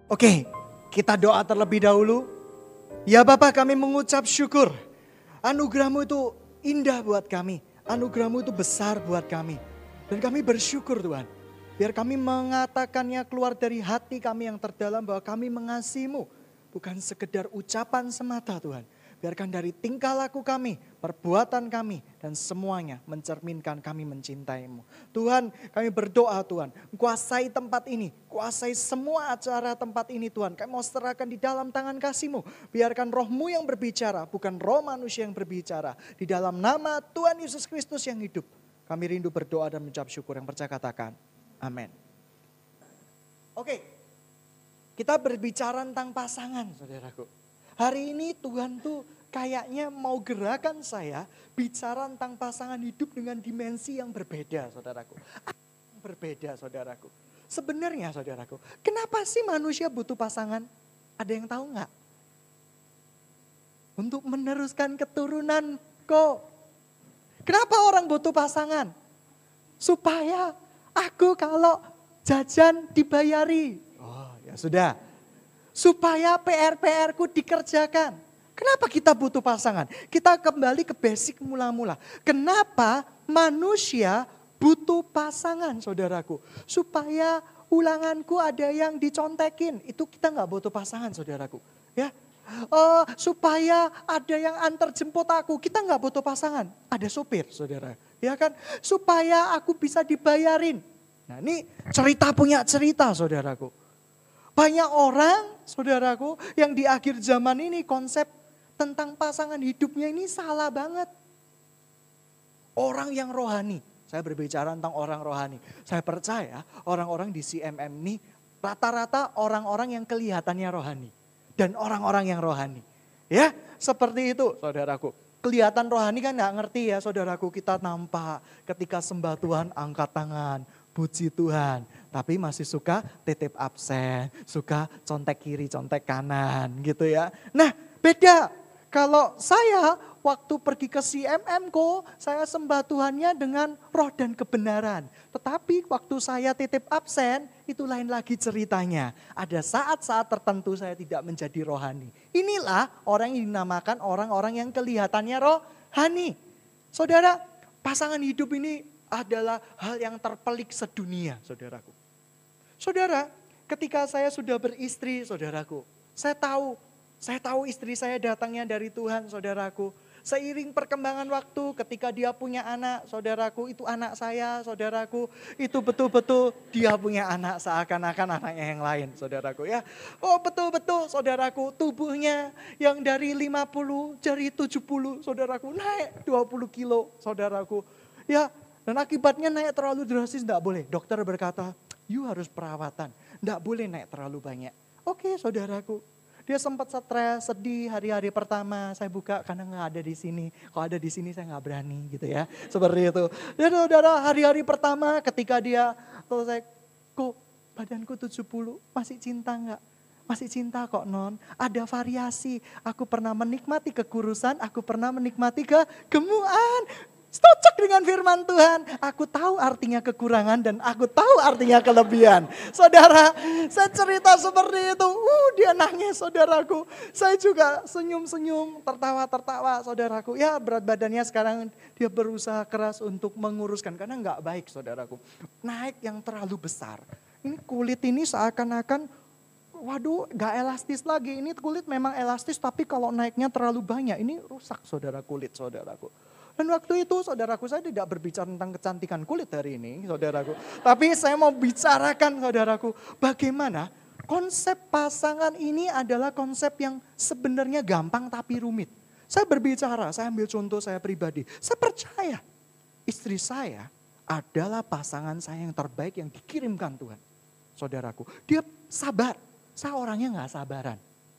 Oke, kita doa terlebih dahulu. Ya Bapa, kami mengucap syukur. Anugerah-Mu itu indah buat kami. Anugerah-Mu itu besar buat kami. Dan kami bersyukur Tuhan. Biar kami mengatakannya keluar dari hati kami yang terdalam bahwa kami mengasihi-Mu. Bukan sekedar ucapan semata Tuhan. Biarkan dari tingkah laku kami, perbuatan kami, dan semuanya mencerminkan kami mencintai-Mu. Tuhan, kami berdoa Tuhan, kuasai tempat ini, kuasai semua acara tempat ini Tuhan. Kami mau serahkan di dalam tangan kasih-Mu. Biarkan roh-Mu yang berbicara, bukan roh manusia yang berbicara. Di dalam nama Tuhan Yesus Kristus yang hidup. Kami rindu berdoa dan mengucap syukur. Yang percaya katakan, amin. Oke, kita berbicara tentang pasangan saudaraku. Hari ini Tuhan tuh kayaknya mau gerakan saya bicara tentang pasangan hidup dengan dimensi yang berbeda saudaraku. Berbeda saudaraku. Sebenarnya saudaraku, kenapa sih manusia butuh pasangan? Ada yang tahu nggak? Untuk meneruskan keturunan kok. Kenapa orang butuh pasangan? Supaya aku kalau jajan dibayari. Oh ya sudah. Supaya PR-PR-ku dikerjakan. Kenapa kita butuh pasangan? Kita kembali ke basic mula-mula. Kenapa manusia butuh pasangan saudaraku? Supaya ulanganku ada yang dicontekin. Itu kita gak butuh pasangan saudaraku. Ya, supaya ada yang antar jemput aku. Kita gak butuh pasangan. Ada sopir saudara. Ya kan? Supaya aku bisa dibayarin. Nah ini cerita punya cerita saudaraku. Banyak orang, saudaraku, yang di akhir zaman ini konsep tentang pasangan hidupnya ini salah banget. Orang yang rohani, saya berbicara tentang orang rohani. Saya percaya orang-orang di CMM ini rata-rata orang-orang yang kelihatannya rohani. Dan orang-orang yang rohani. Ya, seperti itu saudaraku. Kelihatan rohani kan gak ngerti ya saudaraku, kita nampak ketika sembah Tuhan angkat tangan, puji Tuhan. Tapi masih suka titip absen, suka contek kiri, contek kanan gitu ya. Nah beda, kalau saya waktu pergi ke CMM-ku, saya sembah Tuhannya dengan roh dan kebenaran. Tetapi waktu saya titip absen, itu lain lagi ceritanya. Ada saat-saat tertentu saya tidak menjadi rohani. Inilah orang yang dinamakan orang-orang yang kelihatannya rohani. Saudara, pasangan hidup ini adalah hal yang terpelik sedunia, saudaraku. Saudara, ketika saya sudah beristri, saudaraku, saya tahu istri saya datangnya dari Tuhan, saudaraku. Seiring perkembangan waktu, ketika dia punya anak, saudaraku, itu anak saya, saudaraku, itu betul-betul dia punya anak seakan-akan anaknya yang lain, saudaraku ya. Oh betul-betul, saudaraku, tubuhnya yang dari 50 jadi 70, saudaraku, naik 20 kilo, saudaraku. Ya, dan akibatnya naik terlalu drastis, enggak boleh. Dokter berkata, you harus perawatan, enggak boleh naik terlalu banyak. Oke, saudaraku. Dia sempat stres, sedih hari-hari pertama. Saya buka karena nggak ada di sini. Kalau ada di sini saya nggak berani gitu ya. Seperti itu. Dan saudara, hari-hari pertama ketika dia selesai, kok badanku 70, masih cinta nggak? Masih cinta kok non. Ada variasi. Aku pernah menikmati kekurusan, aku pernah menikmati kegemukan. Cocok dengan firman Tuhan. Aku tahu artinya kekurangan dan aku tahu artinya kelebihan. Saudara, saya cerita seperti itu. Dia nangis saudaraku. Saya juga senyum-senyum, tertawa-tertawa saudaraku. Ya berat badannya sekarang dia berusaha keras untuk menguruskan. Karena enggak baik saudaraku. Naik yang terlalu besar. Ini kulit ini seakan-akan waduh gak elastis lagi. Ini kulit memang elastis tapi kalau naiknya terlalu banyak ini rusak saudara kulit saudaraku. Dan waktu itu saudaraku saya tidak berbicara tentang kecantikan kulit hari ini saudaraku. Tapi saya mau bicarakan saudaraku bagaimana konsep pasangan ini adalah konsep yang sebenarnya gampang tapi rumit. Saya berbicara, saya ambil contoh saya pribadi. Saya percaya istri saya adalah pasangan saya yang terbaik yang dikirimkan Tuhan. Saudaraku, dia sabar, saya orangnya gak sabaran.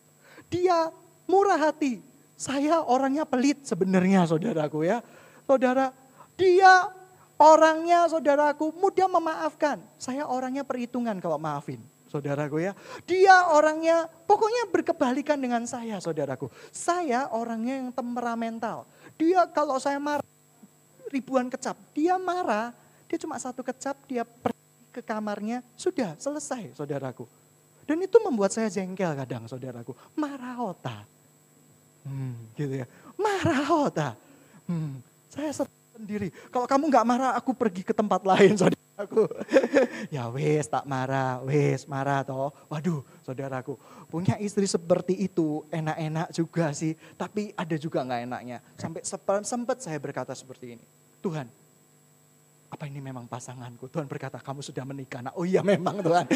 Dia murah hati. Saya orangnya pelit sebenarnya saudaraku ya. Saudara, dia orangnya saudaraku mudah memaafkan. Saya orangnya perhitungan kalau maafin saudaraku ya. Dia orangnya pokoknya berkebalikan dengan saya saudaraku. Saya orangnya yang temperamental. Dia kalau saya marah ribuan kecap, dia marah, dia cuma satu kecap, dia pergi ke kamarnya, sudah selesai saudaraku. Dan itu membuat saya jengkel kadang saudaraku. Marahota. Gitu ya. Marahota. Saya sendiri. Kalau kamu gak marah, aku pergi ke tempat lain saudaraku. Ya wes tak marah, wes marah toh. Waduh saudaraku, punya istri seperti itu enak-enak juga sih. Tapi ada juga gak enaknya. Sampai sempat saya berkata seperti ini. Tuhan, apa ini memang pasanganku? Tuhan berkata, kamu sudah menikah. Nah, oh iya memang Tuhan.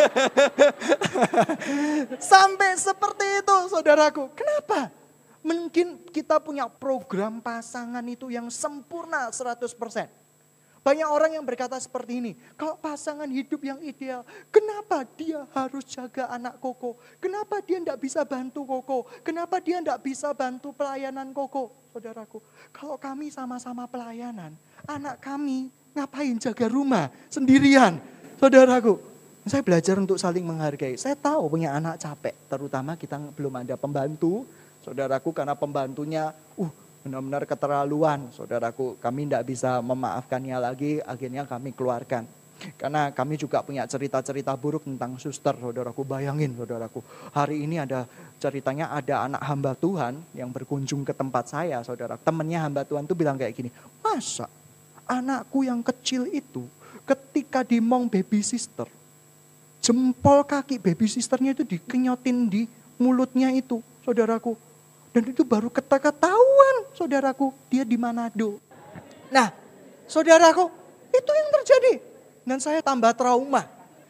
Sampai seperti itu saudaraku. Kenapa? Mungkin kita punya program pasangan itu yang sempurna 100%. Banyak orang yang berkata seperti ini. Kalau pasangan hidup yang ideal, kenapa dia harus jaga anak Koko? Kenapa dia tidak bisa bantu Koko? Kenapa dia tidak bisa bantu pelayanan Koko? Saudaraku, kalau kami sama-sama pelayanan, anak kami ngapain jaga rumah sendirian? Saudaraku, saya belajar untuk saling menghargai. Saya tahu punya anak capek, terutama kita belum ada pembantu. Saudaraku, karena pembantunya benar-benar keterlaluan. Saudaraku, kami tidak bisa memaafkannya lagi, akhirnya kami keluarkan. Karena kami juga punya cerita-cerita buruk tentang suster, saudaraku. Bayangin saudaraku, hari ini ada ceritanya ada anak hamba Tuhan yang berkunjung ke tempat saya, saudara. Temennya hamba Tuhan tuh bilang kayak gini, masa anakku yang kecil itu ketika dimong baby sister, jempol kaki baby sisternya itu dikenyotin di mulutnya itu, saudaraku. Dan itu baru ketahuan, saudaraku, dia di Manado. Nah, saudaraku, itu yang terjadi. Dan saya tambah trauma.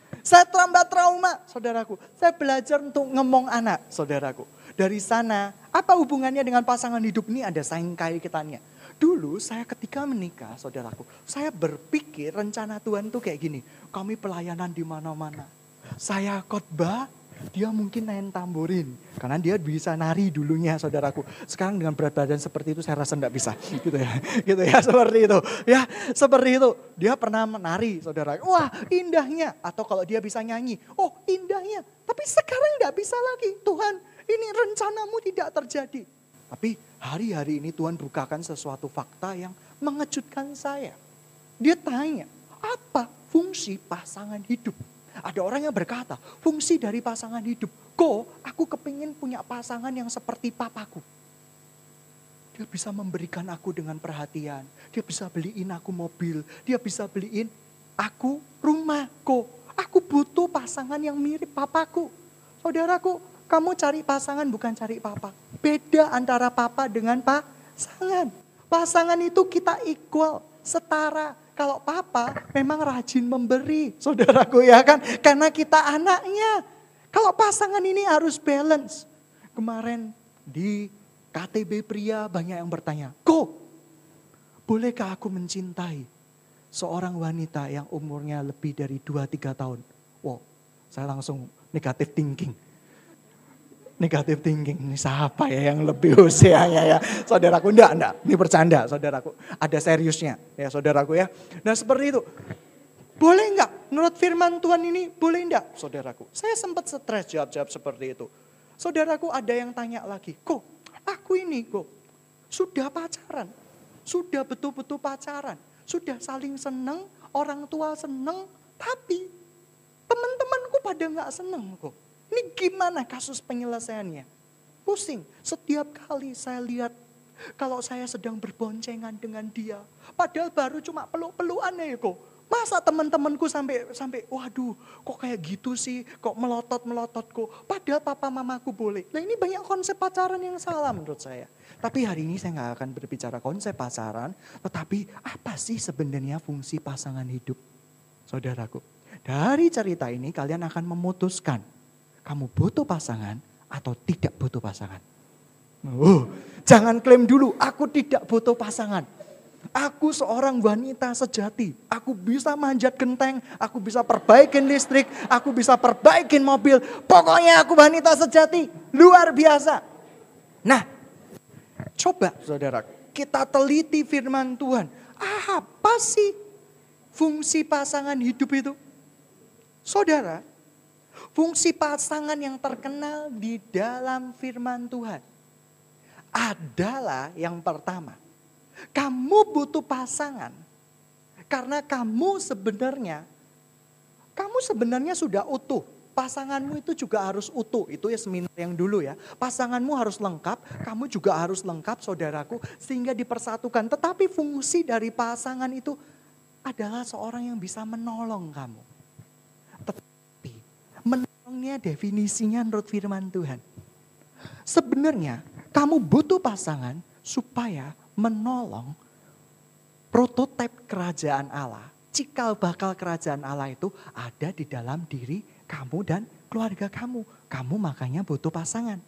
Saudaraku. Saya belajar untuk ngomong anak, saudaraku. Dari sana, apa hubungannya dengan pasangan hidup ini? Ada saing kaitannya. Dulu saya ketika menikah, saudaraku, saya berpikir rencana Tuhan tuh kayak gini. Kami pelayanan di mana-mana. Saya khotbah, dia mungkin main tamborin. Karena dia bisa nari dulunya, saudaraku. Sekarang dengan berat badan seperti itu saya rasa enggak bisa. Gitu ya, seperti itu. Ya, seperti itu. Dia pernah menari, saudara. Wah, indahnya. Atau kalau dia bisa nyanyi, oh indahnya. Tapi sekarang enggak bisa lagi. Tuhan, ini rencanamu tidak terjadi. Tapi hari-hari ini Tuhan bukakan sesuatu fakta yang mengejutkan saya. Dia tanya, apa fungsi pasangan hidup? Ada orang yang berkata, fungsi dari pasangan hidup. Aku kepingin punya pasangan yang seperti papaku. Dia bisa memberikan aku dengan perhatian. Dia bisa beliin aku mobil. Dia bisa beliin aku rumah. Aku butuh pasangan yang mirip papaku. Saudaraku, kamu cari pasangan bukan cari papa. Beda antara papa dengan pasangan. Pasangan itu kita equal, setara. Kalau papa memang rajin memberi, saudaraku ya kan. Karena kita anaknya. Kalau pasangan ini harus balance. Kemarin di KTB pria banyak yang bertanya, bolehkah aku mencintai seorang wanita yang umurnya lebih dari 2-3 tahun? Wow, saya langsung negative thinking. Negatif thinking, ini siapa ya yang lebih usianya ya? Saudaraku, enggak, ini bercanda saudaraku. Ada seriusnya ya saudaraku ya. Nah seperti itu, boleh enggak? Menurut firman Tuhan ini boleh enggak saudaraku? Saya sempat stres jawab-jawab seperti itu. Saudaraku ada yang tanya lagi, aku ini sudah pacaran, sudah betul-betul pacaran, sudah saling seneng, orang tua seneng, tapi teman-temanku pada enggak seneng Ini gimana kasus penyelesaiannya? Pusing. Setiap kali saya lihat kalau saya sedang berboncengan dengan dia. Padahal baru cuma peluk-pelukan ya Masa teman-temanku sampai waduh kok kayak gitu sih. Kok melotot kok. Padahal papa mamaku boleh. Nah ini banyak konsep pacaran yang salah menurut saya. Tapi hari ini saya gak akan berbicara konsep pacaran. Tetapi apa sih sebenarnya fungsi pasangan hidup? Saudaraku. Dari cerita ini kalian akan memutuskan. Kamu butuh pasangan atau tidak butuh pasangan? Jangan klaim dulu, aku tidak butuh pasangan. Aku seorang wanita sejati. Aku bisa manjat genteng, aku bisa perbaikin listrik, aku bisa perbaikin mobil. Pokoknya aku wanita sejati, luar biasa. Nah, coba saudara, kita teliti firman Tuhan. Apa sih fungsi pasangan hidup itu? Saudara, fungsi pasangan yang terkenal di dalam firman Tuhan adalah yang pertama. Kamu butuh pasangan karena kamu sebenarnya sudah utuh. Pasanganmu itu juga harus utuh. Itu ya seminar yang dulu ya. Pasanganmu harus lengkap, kamu juga harus lengkap saudaraku. Sehingga dipersatukan. Tetapi fungsi dari pasangan itu adalah seorang yang bisa menolong kamu. Tetapi menolongnya definisinya menurut firman Tuhan. Sebenarnya kamu butuh pasangan supaya menolong prototipe kerajaan Allah. Cikal bakal kerajaan Allah itu ada di dalam diri kamu dan keluarga kamu. Kamu makanya butuh pasangan.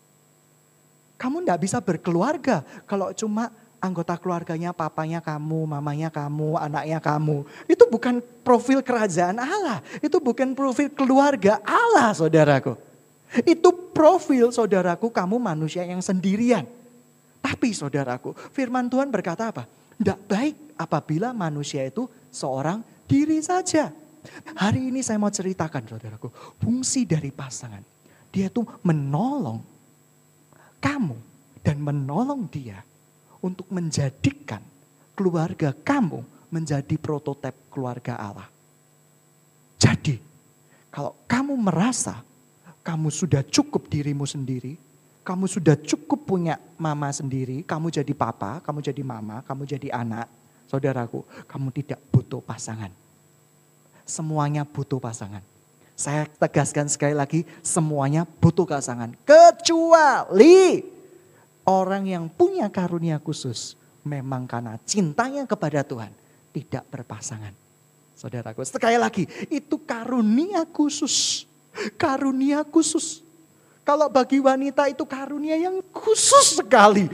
Kamu tidak bisa berkeluarga kalau cuma anggota keluarganya papanya kamu, mamanya kamu, anaknya kamu. Itu bukan profil kerajaan Allah. Itu bukan profil keluarga Allah, saudaraku. Itu profil, saudaraku, kamu manusia yang sendirian. Tapi saudaraku, firman Tuhan berkata apa? Tidak baik apabila manusia itu seorang diri saja. Hari ini saya mau ceritakan saudaraku, fungsi dari pasangan. Dia tuh menolong kamu dan menolong dia untuk menjadikan keluarga kamu menjadi prototipe keluarga Allah. Jadi, kalau kamu merasa kamu sudah cukup dirimu sendiri, kamu sudah cukup punya mama sendiri, kamu jadi papa, kamu jadi mama, kamu jadi anak, saudaraku, kamu tidak butuh pasangan. Semuanya butuh pasangan. Saya tegaskan sekali lagi, semuanya butuh pasangan. Kecuali orang yang punya karunia khusus, memang karena cintanya kepada Tuhan, tidak berpasangan. Saudaraku, sekali lagi, itu karunia khusus. Karunia khusus. Kalau bagi wanita itu karunia yang khusus sekali.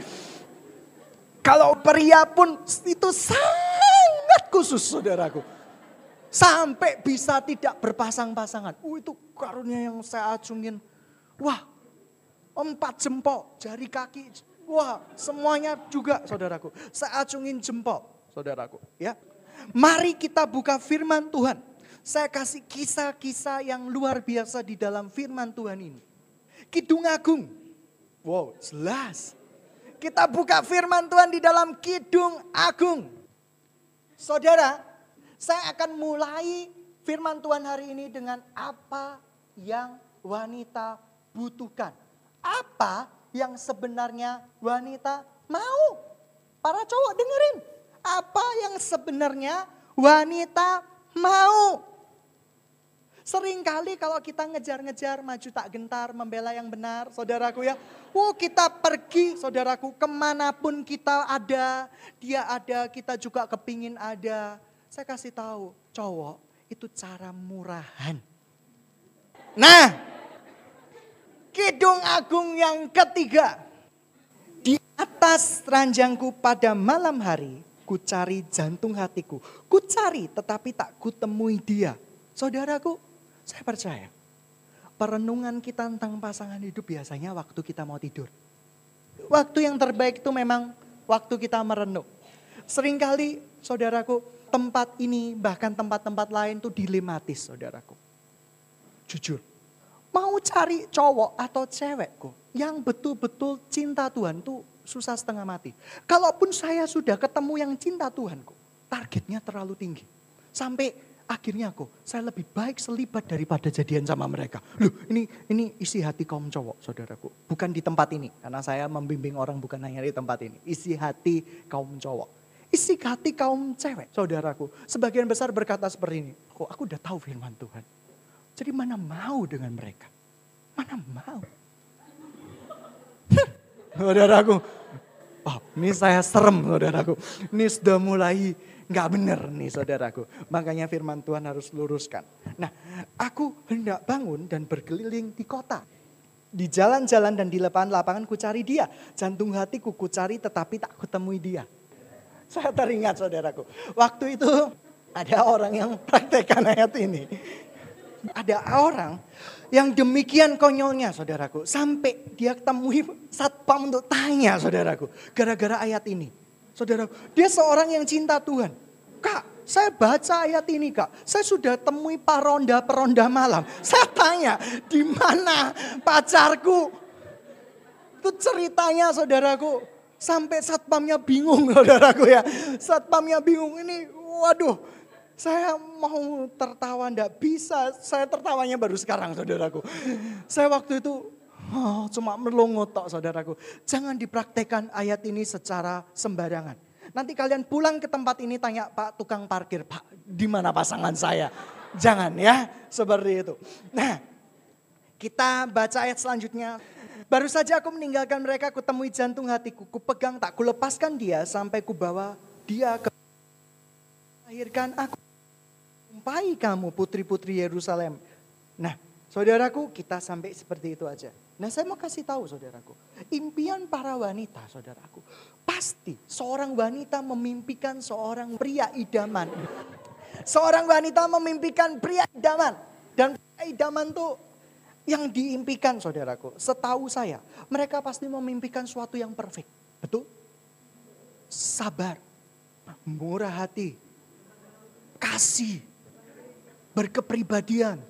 Kalau pria pun itu sangat khusus, saudaraku. Sampai bisa tidak berpasang-pasangan. Itu karunia yang saya acungin. Wah, 4 jempol, jari kaki. Wah, semuanya juga, saudaraku. Saya acungin jempol, saudaraku. Ya, mari kita buka firman Tuhan. Saya kasih kisah-kisah yang luar biasa di dalam firman Tuhan ini. Kidung Agung. Wow, jelas. Kita buka firman Tuhan di dalam Kidung Agung. Saudara, saya akan mulai firman Tuhan hari ini dengan apa yang wanita butuhkan. Apa yang sebenarnya wanita mau? Para cowok dengerin. Apa yang sebenarnya wanita mau? Seringkali kalau kita ngejar-ngejar, maju tak gentar, membela yang benar, saudaraku ya. Kita pergi, saudaraku, kemanapun kita ada, dia ada, kita juga kepingin ada. Saya kasih tahu, cowok itu cara murahan. Nah, Kidung Agung yang ketiga. Di atas ranjangku pada malam hari, ku cari jantung hatiku. Ku cari tetapi tak ku temui dia. Saudaraku, saya percaya perenungan kita tentang pasangan hidup biasanya waktu kita mau tidur. Waktu yang terbaik itu memang waktu kita merenung. Seringkali, saudaraku, tempat ini bahkan tempat-tempat lain tuh dilematis, saudaraku. Jujur, mau cari cowok atau cewekku yang betul-betul cinta Tuhan tuh susah setengah mati. Kalaupun saya sudah ketemu yang cinta Tuhanku, targetnya terlalu tinggi. Sampai akhirnya saya lebih baik selibat daripada jadian sama mereka. Loh, ini isi hati kaum cowok, saudaraku. Bukan di tempat ini, karena saya membimbing orang bukan hanya di tempat ini. Isi hati kaum cowok. Isi hati kaum cewek, saudaraku. Sebagian besar berkata seperti ini. Aku udah tahu firman Tuhan. Jadi mana mau dengan mereka? Mana mau? Saudaraku. Ini saya serem, saudaraku. Ini sudah mulai nggak benar nih, saudaraku. Makanya firman Tuhan harus luruskan. Nah, aku hendak bangun dan berkeliling di kota. Di jalan-jalan dan di lapangan-lapangan ku cari dia. Jantung hatiku ku cari tetapi tak kutemui dia. Saya teringat, saudaraku. Waktu itu ada orang yang praktekkan ayat ini. Ada orang yang demikian konyolnya, saudaraku. Sampai dia temui satpam untuk tanya, saudaraku. Gara-gara ayat ini. Saudaraku, dia seorang yang cinta Tuhan. Kak, saya baca ayat ini, Kak. Saya sudah temui peronda malam. Saya tanya, di mana pacarku? Itu ceritanya, saudaraku. Sampai satpamnya bingung, saudaraku ya. Satpamnya bingung ini, waduh. Saya mau tertawa enggak bisa. Saya tertawanya baru sekarang saudaraku. Saya waktu itu cuma melongo tok saudaraku. Jangan dipraktekkan ayat ini secara sembarangan. Nanti kalian pulang ke tempat ini tanya Pak tukang parkir. Pak di mana pasangan saya? Jangan ya seperti itu. Nah kita baca ayat selanjutnya. Baru saja aku meninggalkan mereka, kutemui jantung hatiku, kupegang tak kulepaskan dia sampai kubawa dia ke melahirkan aku. Jumpai kamu putri-putri Yerusalem. Nah saudaraku kita sampai seperti itu aja. Nah saya mau kasih tahu saudaraku. Impian para wanita saudaraku. Pasti seorang wanita memimpikan seorang pria idaman. Seorang wanita memimpikan pria idaman. Dan pria idaman tuh yang diimpikan saudaraku. Setahu saya mereka pasti memimpikan suatu yang perfect. Betul? Sabar. Murah hati. Kasih. Berkepribadian,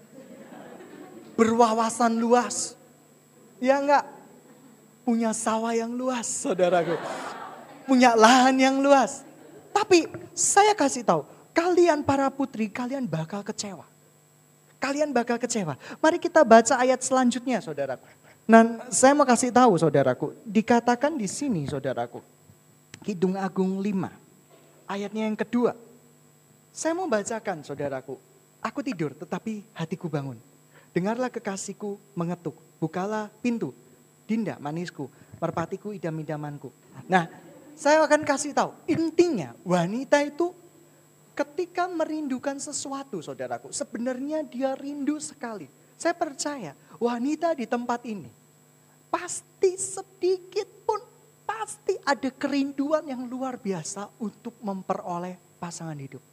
berwawasan luas, ya enggak? Punya sawah yang luas, saudaraku. Punya lahan yang luas. Tapi saya kasih tahu, kalian para putri, kalian bakal kecewa. Kalian bakal kecewa. Mari kita baca ayat selanjutnya, saudaraku. Nah, saya mau kasih tahu, saudaraku. Dikatakan di sini, saudaraku. Kidung Agung 5, ayatnya yang kedua. Saya mau bacakan, saudaraku. Aku tidur tetapi hatiku bangun. Dengarlah kekasihku mengetuk. Bukalah pintu. Dinda manisku. Merpatiku idam-idamanku. Nah saya akan kasih tahu. Intinya wanita itu ketika merindukan sesuatu saudaraku. Sebenarnya dia rindu sekali. Saya percaya wanita di tempat ini. Pasti sedikit pun. Pasti ada kerinduan yang luar biasa untuk memperoleh pasangan hidup.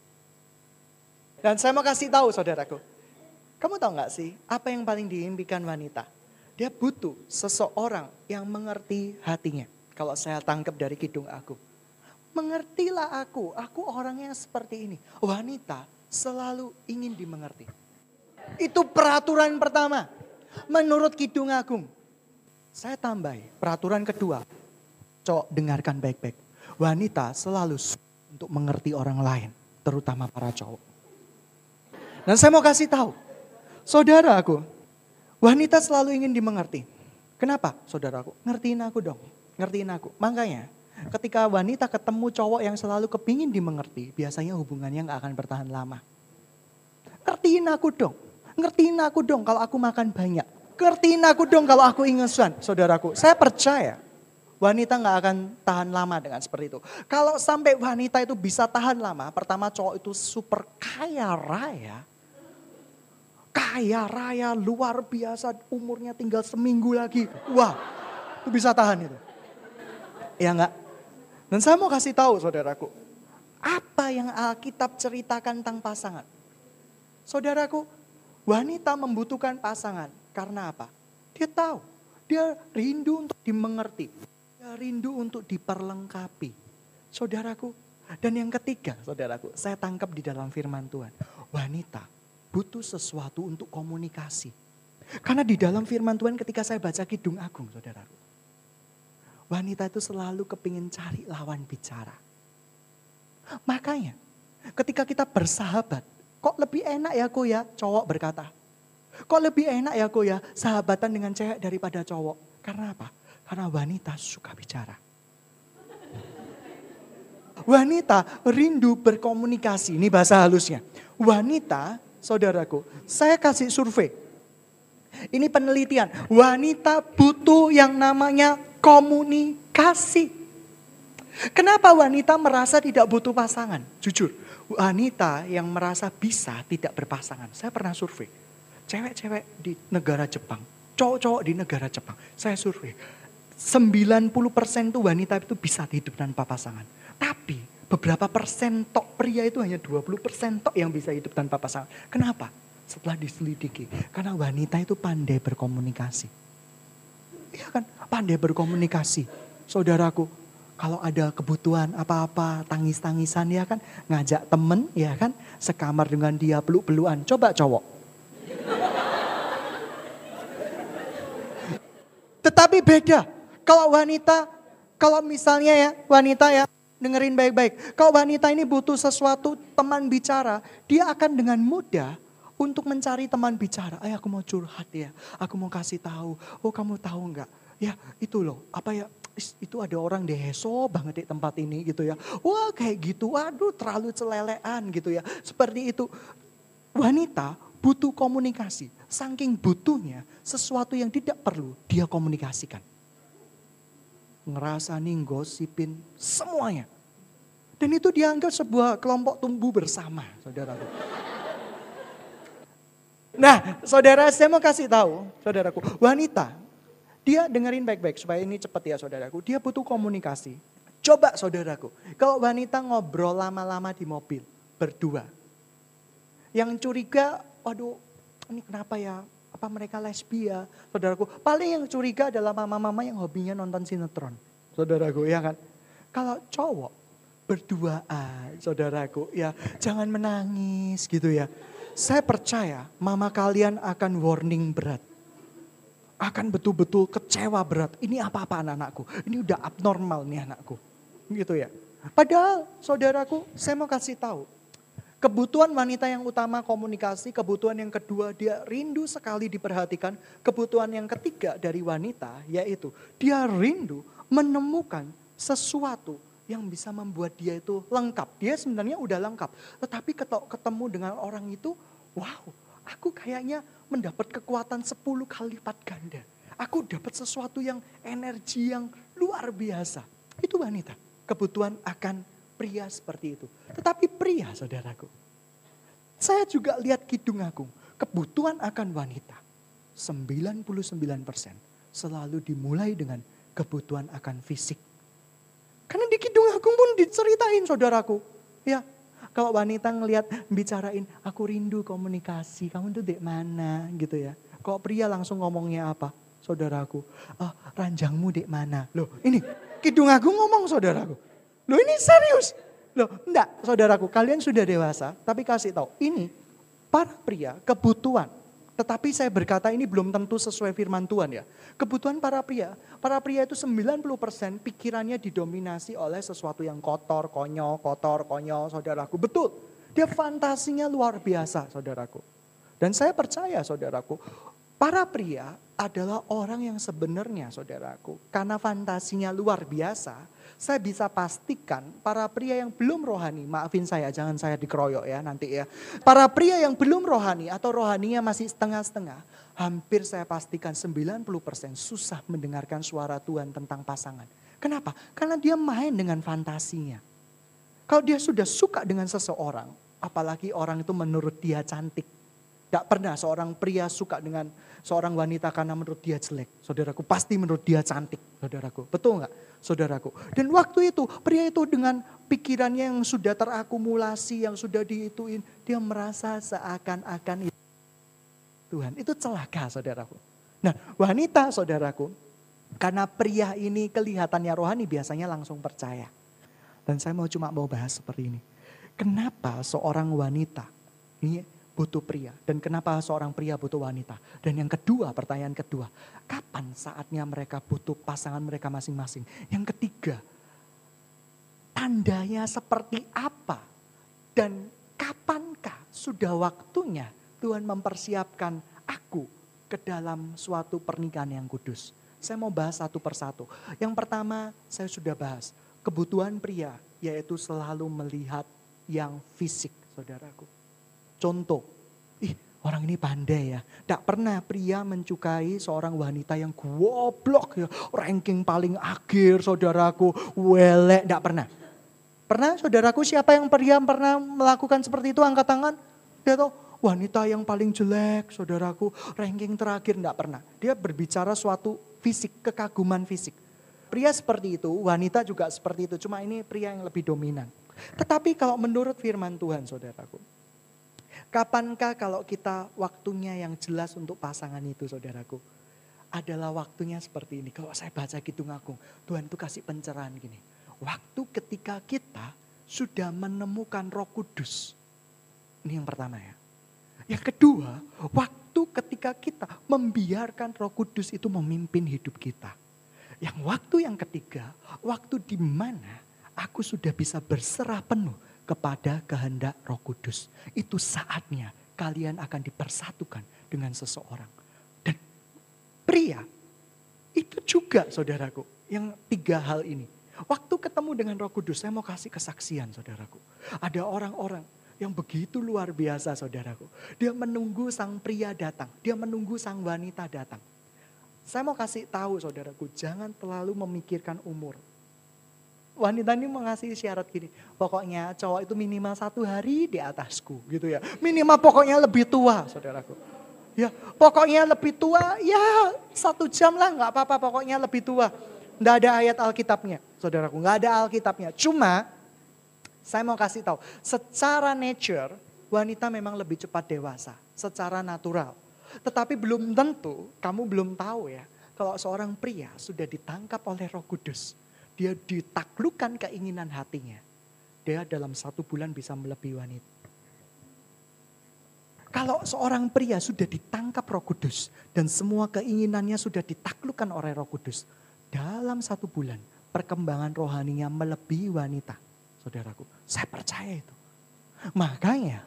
Dan saya mau kasih tahu saudaraku. Kamu tahu gak sih apa yang paling diimpikan wanita? Dia butuh seseorang yang mengerti hatinya. Kalau saya tangkap dari Kidung Agung. Mengertilah aku orangnya seperti ini. Wanita selalu ingin dimengerti. Itu peraturan pertama. Menurut Kidung Agung. Saya tambahi peraturan kedua. Cowok dengarkan baik-baik. Wanita selalu untuk mengerti orang lain. Terutama para cowok. Dan saya mau kasih tahu, saudaraku, wanita selalu ingin dimengerti. Kenapa saudaraku? Ngertiin aku dong, ngertiin aku. Makanya ketika wanita ketemu cowok yang selalu kepingin dimengerti, biasanya hubungannya gak akan bertahan lama. Ngertiin aku dong kalau aku makan banyak. Ngertiin aku dong kalau aku ingesan, saudaraku. Saya percaya wanita gak akan tahan lama dengan seperti itu. Kalau sampai wanita itu bisa tahan lama, pertama cowok itu super kaya raya. Kaya raya luar biasa, umurnya tinggal seminggu lagi. Wah, itu bisa tahan itu. Ya enggak? Dan saya mau kasih tahu saudaraku, apa yang Alkitab ceritakan tentang pasangan. Saudaraku, wanita membutuhkan pasangan karena apa? Dia tahu, dia rindu untuk dimengerti. Dia rindu untuk diperlengkapi. Saudaraku, dan yang ketiga saudaraku, saya tangkap di dalam firman Tuhan. Wanita butuh sesuatu untuk komunikasi. Karena di dalam firman Tuhan ketika saya baca Kidung Agung saudaraku. Wanita itu selalu kepingin cari lawan bicara. Makanya ketika kita bersahabat, kok lebih enak ya aku ya cowok berkata. Kok lebih enak ya aku ya sahabatan dengan cewek daripada cowok. Karena apa? Karena wanita suka bicara. Wanita rindu berkomunikasi. Ini bahasa halusnya. Wanita, saudaraku, saya kasih survei. Ini penelitian. Wanita butuh yang namanya komunikasi. Kenapa wanita merasa tidak butuh pasangan? Jujur, wanita yang merasa bisa tidak berpasangan. Saya pernah survei. Cewek-cewek di negara Jepang, cowok-cowok di negara Jepang. Saya survei. 90% tuh wanita itu bisa hidup tanpa pasangan. Tapi beberapa persen tok pria itu hanya 20% tok yang bisa hidup tanpa pasangan. Kenapa? Setelah diselidiki. Karena wanita itu pandai berkomunikasi. Iya kan? Pandai berkomunikasi. Saudaraku, kalau ada kebutuhan apa-apa, tangis-tangisan ya kan. Ngajak temen ya kan. Sekamar dengan dia peluk-pelukan. Coba cowok. Tetapi beda. Kalau wanita, kalau misalnya ya wanita ya. Dengerin baik-baik. Kalau wanita ini butuh sesuatu teman bicara, dia akan dengan mudah untuk mencari teman bicara. Aku mau curhat ya, aku mau kasih tahu. Oh kamu tahu nggak? Ya itu loh, itu ada orang deheso banget di tempat ini gitu ya. Wah kayak gitu, waduh terlalu celelean gitu ya. Seperti itu. Wanita butuh komunikasi. Saking butuhnya sesuatu yang tidak perlu dia komunikasikan. Ngerasain, gosipin, semuanya. Dan itu dianggap sebuah kelompok tumbuh bersama, saudaraku. Nah, saudara, saya mau kasih tahu, saudaraku, wanita, dia dengerin baik-baik supaya ini cepat ya, saudaraku. Dia butuh komunikasi. Coba, saudaraku, kalau wanita ngobrol lama-lama di mobil, berdua. Yang curiga, waduh, ini kenapa ya? Apa mereka lesbi ya, saudaraku? Paling yang curiga adalah mama-mama yang hobinya nonton sinetron, saudaraku, ya kan? Kalau cowok berduaan, saudaraku, ya jangan menangis gitu ya. Saya percaya mama kalian akan warning berat. Akan betul-betul kecewa berat. Ini apa-apaan anakku? Ini udah abnormal nih anakku. Gitu ya. Padahal saudaraku, saya mau kasih tahu. Kebutuhan wanita yang utama komunikasi, kebutuhan yang kedua dia rindu sekali diperhatikan. Kebutuhan yang ketiga dari wanita yaitu dia rindu menemukan sesuatu yang bisa membuat dia itu lengkap. Dia sebenarnya udah lengkap. Tetapi ketemu dengan orang itu, wow, aku kayaknya mendapat kekuatan 10 kali lipat ganda. Aku dapat sesuatu yang energi yang luar biasa. Itu wanita. Kebutuhan akan pria seperti itu. Tetapi pria, saudaraku, saya juga lihat Kidung Agung. Kebutuhan akan wanita, 99% selalu dimulai dengan kebutuhan akan fisik. Karena di Kidung Agung pun diceritain, saudaraku. Ya, kalau wanita ngelihat bicarain, aku rindu komunikasi, kamu tuh di mana gitu ya. Kalau pria langsung ngomongnya apa? Saudaraku, ranjangmu di mana? Loh ini Kidung Agung ngomong, saudaraku. Loh ini serius. Loh enggak, saudaraku, kalian sudah dewasa, tapi kasih tahu, ini para pria kebutuhan. Tetapi saya berkata ini belum tentu sesuai firman Tuhan ya. Kebutuhan para pria itu 90% pikirannya didominasi oleh sesuatu yang kotor, konyol, saudaraku. Betul, dia fantasinya luar biasa, saudaraku. Dan saya percaya, saudaraku, para pria adalah orang yang sebenarnya, saudaraku, karena fantasinya luar biasa, saya bisa pastikan para pria yang belum rohani, maafin saya, jangan saya dikeroyok ya nanti ya. Para pria yang belum rohani atau rohaninya masih setengah-setengah, hampir saya pastikan 90% susah mendengarkan suara Tuhan tentang pasangan. Kenapa? Karena dia main dengan fantasinya. Kalau dia sudah suka dengan seseorang, apalagi orang itu menurut dia cantik. Tidak pernah seorang pria suka dengan seorang wanita karena menurut dia jelek. Saudaraku, pasti menurut dia cantik. Saudaraku, betul nggak? Saudaraku. Dan waktu itu, pria itu dengan pikirannya yang sudah terakumulasi, yang sudah diituin. Dia merasa seakan-akan itu Tuhan. Itu celaka, saudaraku. Nah, wanita, saudaraku, karena pria ini kelihatannya rohani, biasanya langsung percaya. Dan saya cuma mau bahas seperti ini. Kenapa seorang wanita, ini butuh pria. Dan kenapa seorang pria butuh wanita. Dan yang kedua, pertanyaan kedua. Kapan saatnya mereka butuh pasangan mereka masing-masing. Yang ketiga, tandanya seperti apa. Dan kapankah sudah waktunya Tuhan mempersiapkan aku ke dalam suatu pernikahan yang kudus. Saya mau bahas satu persatu. Yang pertama saya sudah bahas. Kebutuhan pria yaitu selalu melihat yang fisik, saudaraku. Contoh, orang ini pandai ya. Tidak pernah pria mencukai seorang wanita yang goblok ya. Ranking paling akhir saudaraku. Welek, tidak pernah. Pernah saudaraku, siapa yang pernah melakukan seperti itu? Angkat tangan. Dia tahu wanita yang paling jelek saudaraku. Ranking terakhir, tidak pernah. Dia berbicara suatu fisik, kekaguman fisik. Pria seperti itu, wanita juga seperti itu. Cuma ini pria yang lebih dominan. Tetapi kalau menurut firman Tuhan saudaraku. Kapankah kalau kita waktunya yang jelas untuk pasangan itu saudaraku. Adalah waktunya seperti ini. Kalau saya baca Kidung Agung, Tuhan itu kasih pencerahan gini. Waktu ketika kita sudah menemukan Roh Kudus. Ini yang pertama ya. Yang kedua, waktu ketika kita membiarkan Roh Kudus itu memimpin hidup kita. Yang waktu yang ketiga, waktu di mana aku sudah bisa berserah penuh kepada kehendak Roh Kudus. Itu saatnya kalian akan dipersatukan dengan seseorang. Dan pria, itu juga saudaraku, yang 3 hal ini. Waktu ketemu dengan Roh Kudus, saya mau kasih kesaksian saudaraku. Ada orang-orang yang begitu luar biasa saudaraku. Dia menunggu sang pria datang, dia menunggu sang wanita datang. Saya mau kasih tahu saudaraku, jangan terlalu memikirkan umur. Wanita ini mengasih syarat gini, pokoknya cowok itu minimal 1 hari di atasku gitu ya. Minimal pokoknya lebih tua saudaraku. Ya pokoknya lebih tua ya 1 jam lah gak apa-apa, pokoknya lebih tua. Nggak ada ayat Alkitabnya saudaraku, nggak ada Alkitabnya. Cuma saya mau kasih tahu, secara nature wanita memang lebih cepat dewasa, secara natural. Tetapi belum tentu, kamu belum tahu ya, kalau seorang pria sudah ditangkap oleh Roh Kudus. Dia ditaklukkan keinginan hatinya. Dia dalam 1 bulan bisa melebihi wanita. Kalau seorang pria sudah ditangkap Roh Kudus dan semua keinginannya sudah ditaklukkan oleh Roh Kudus. Dalam 1 bulan perkembangan rohaninya melebihi wanita. Saudaraku, saya percaya itu. Makanya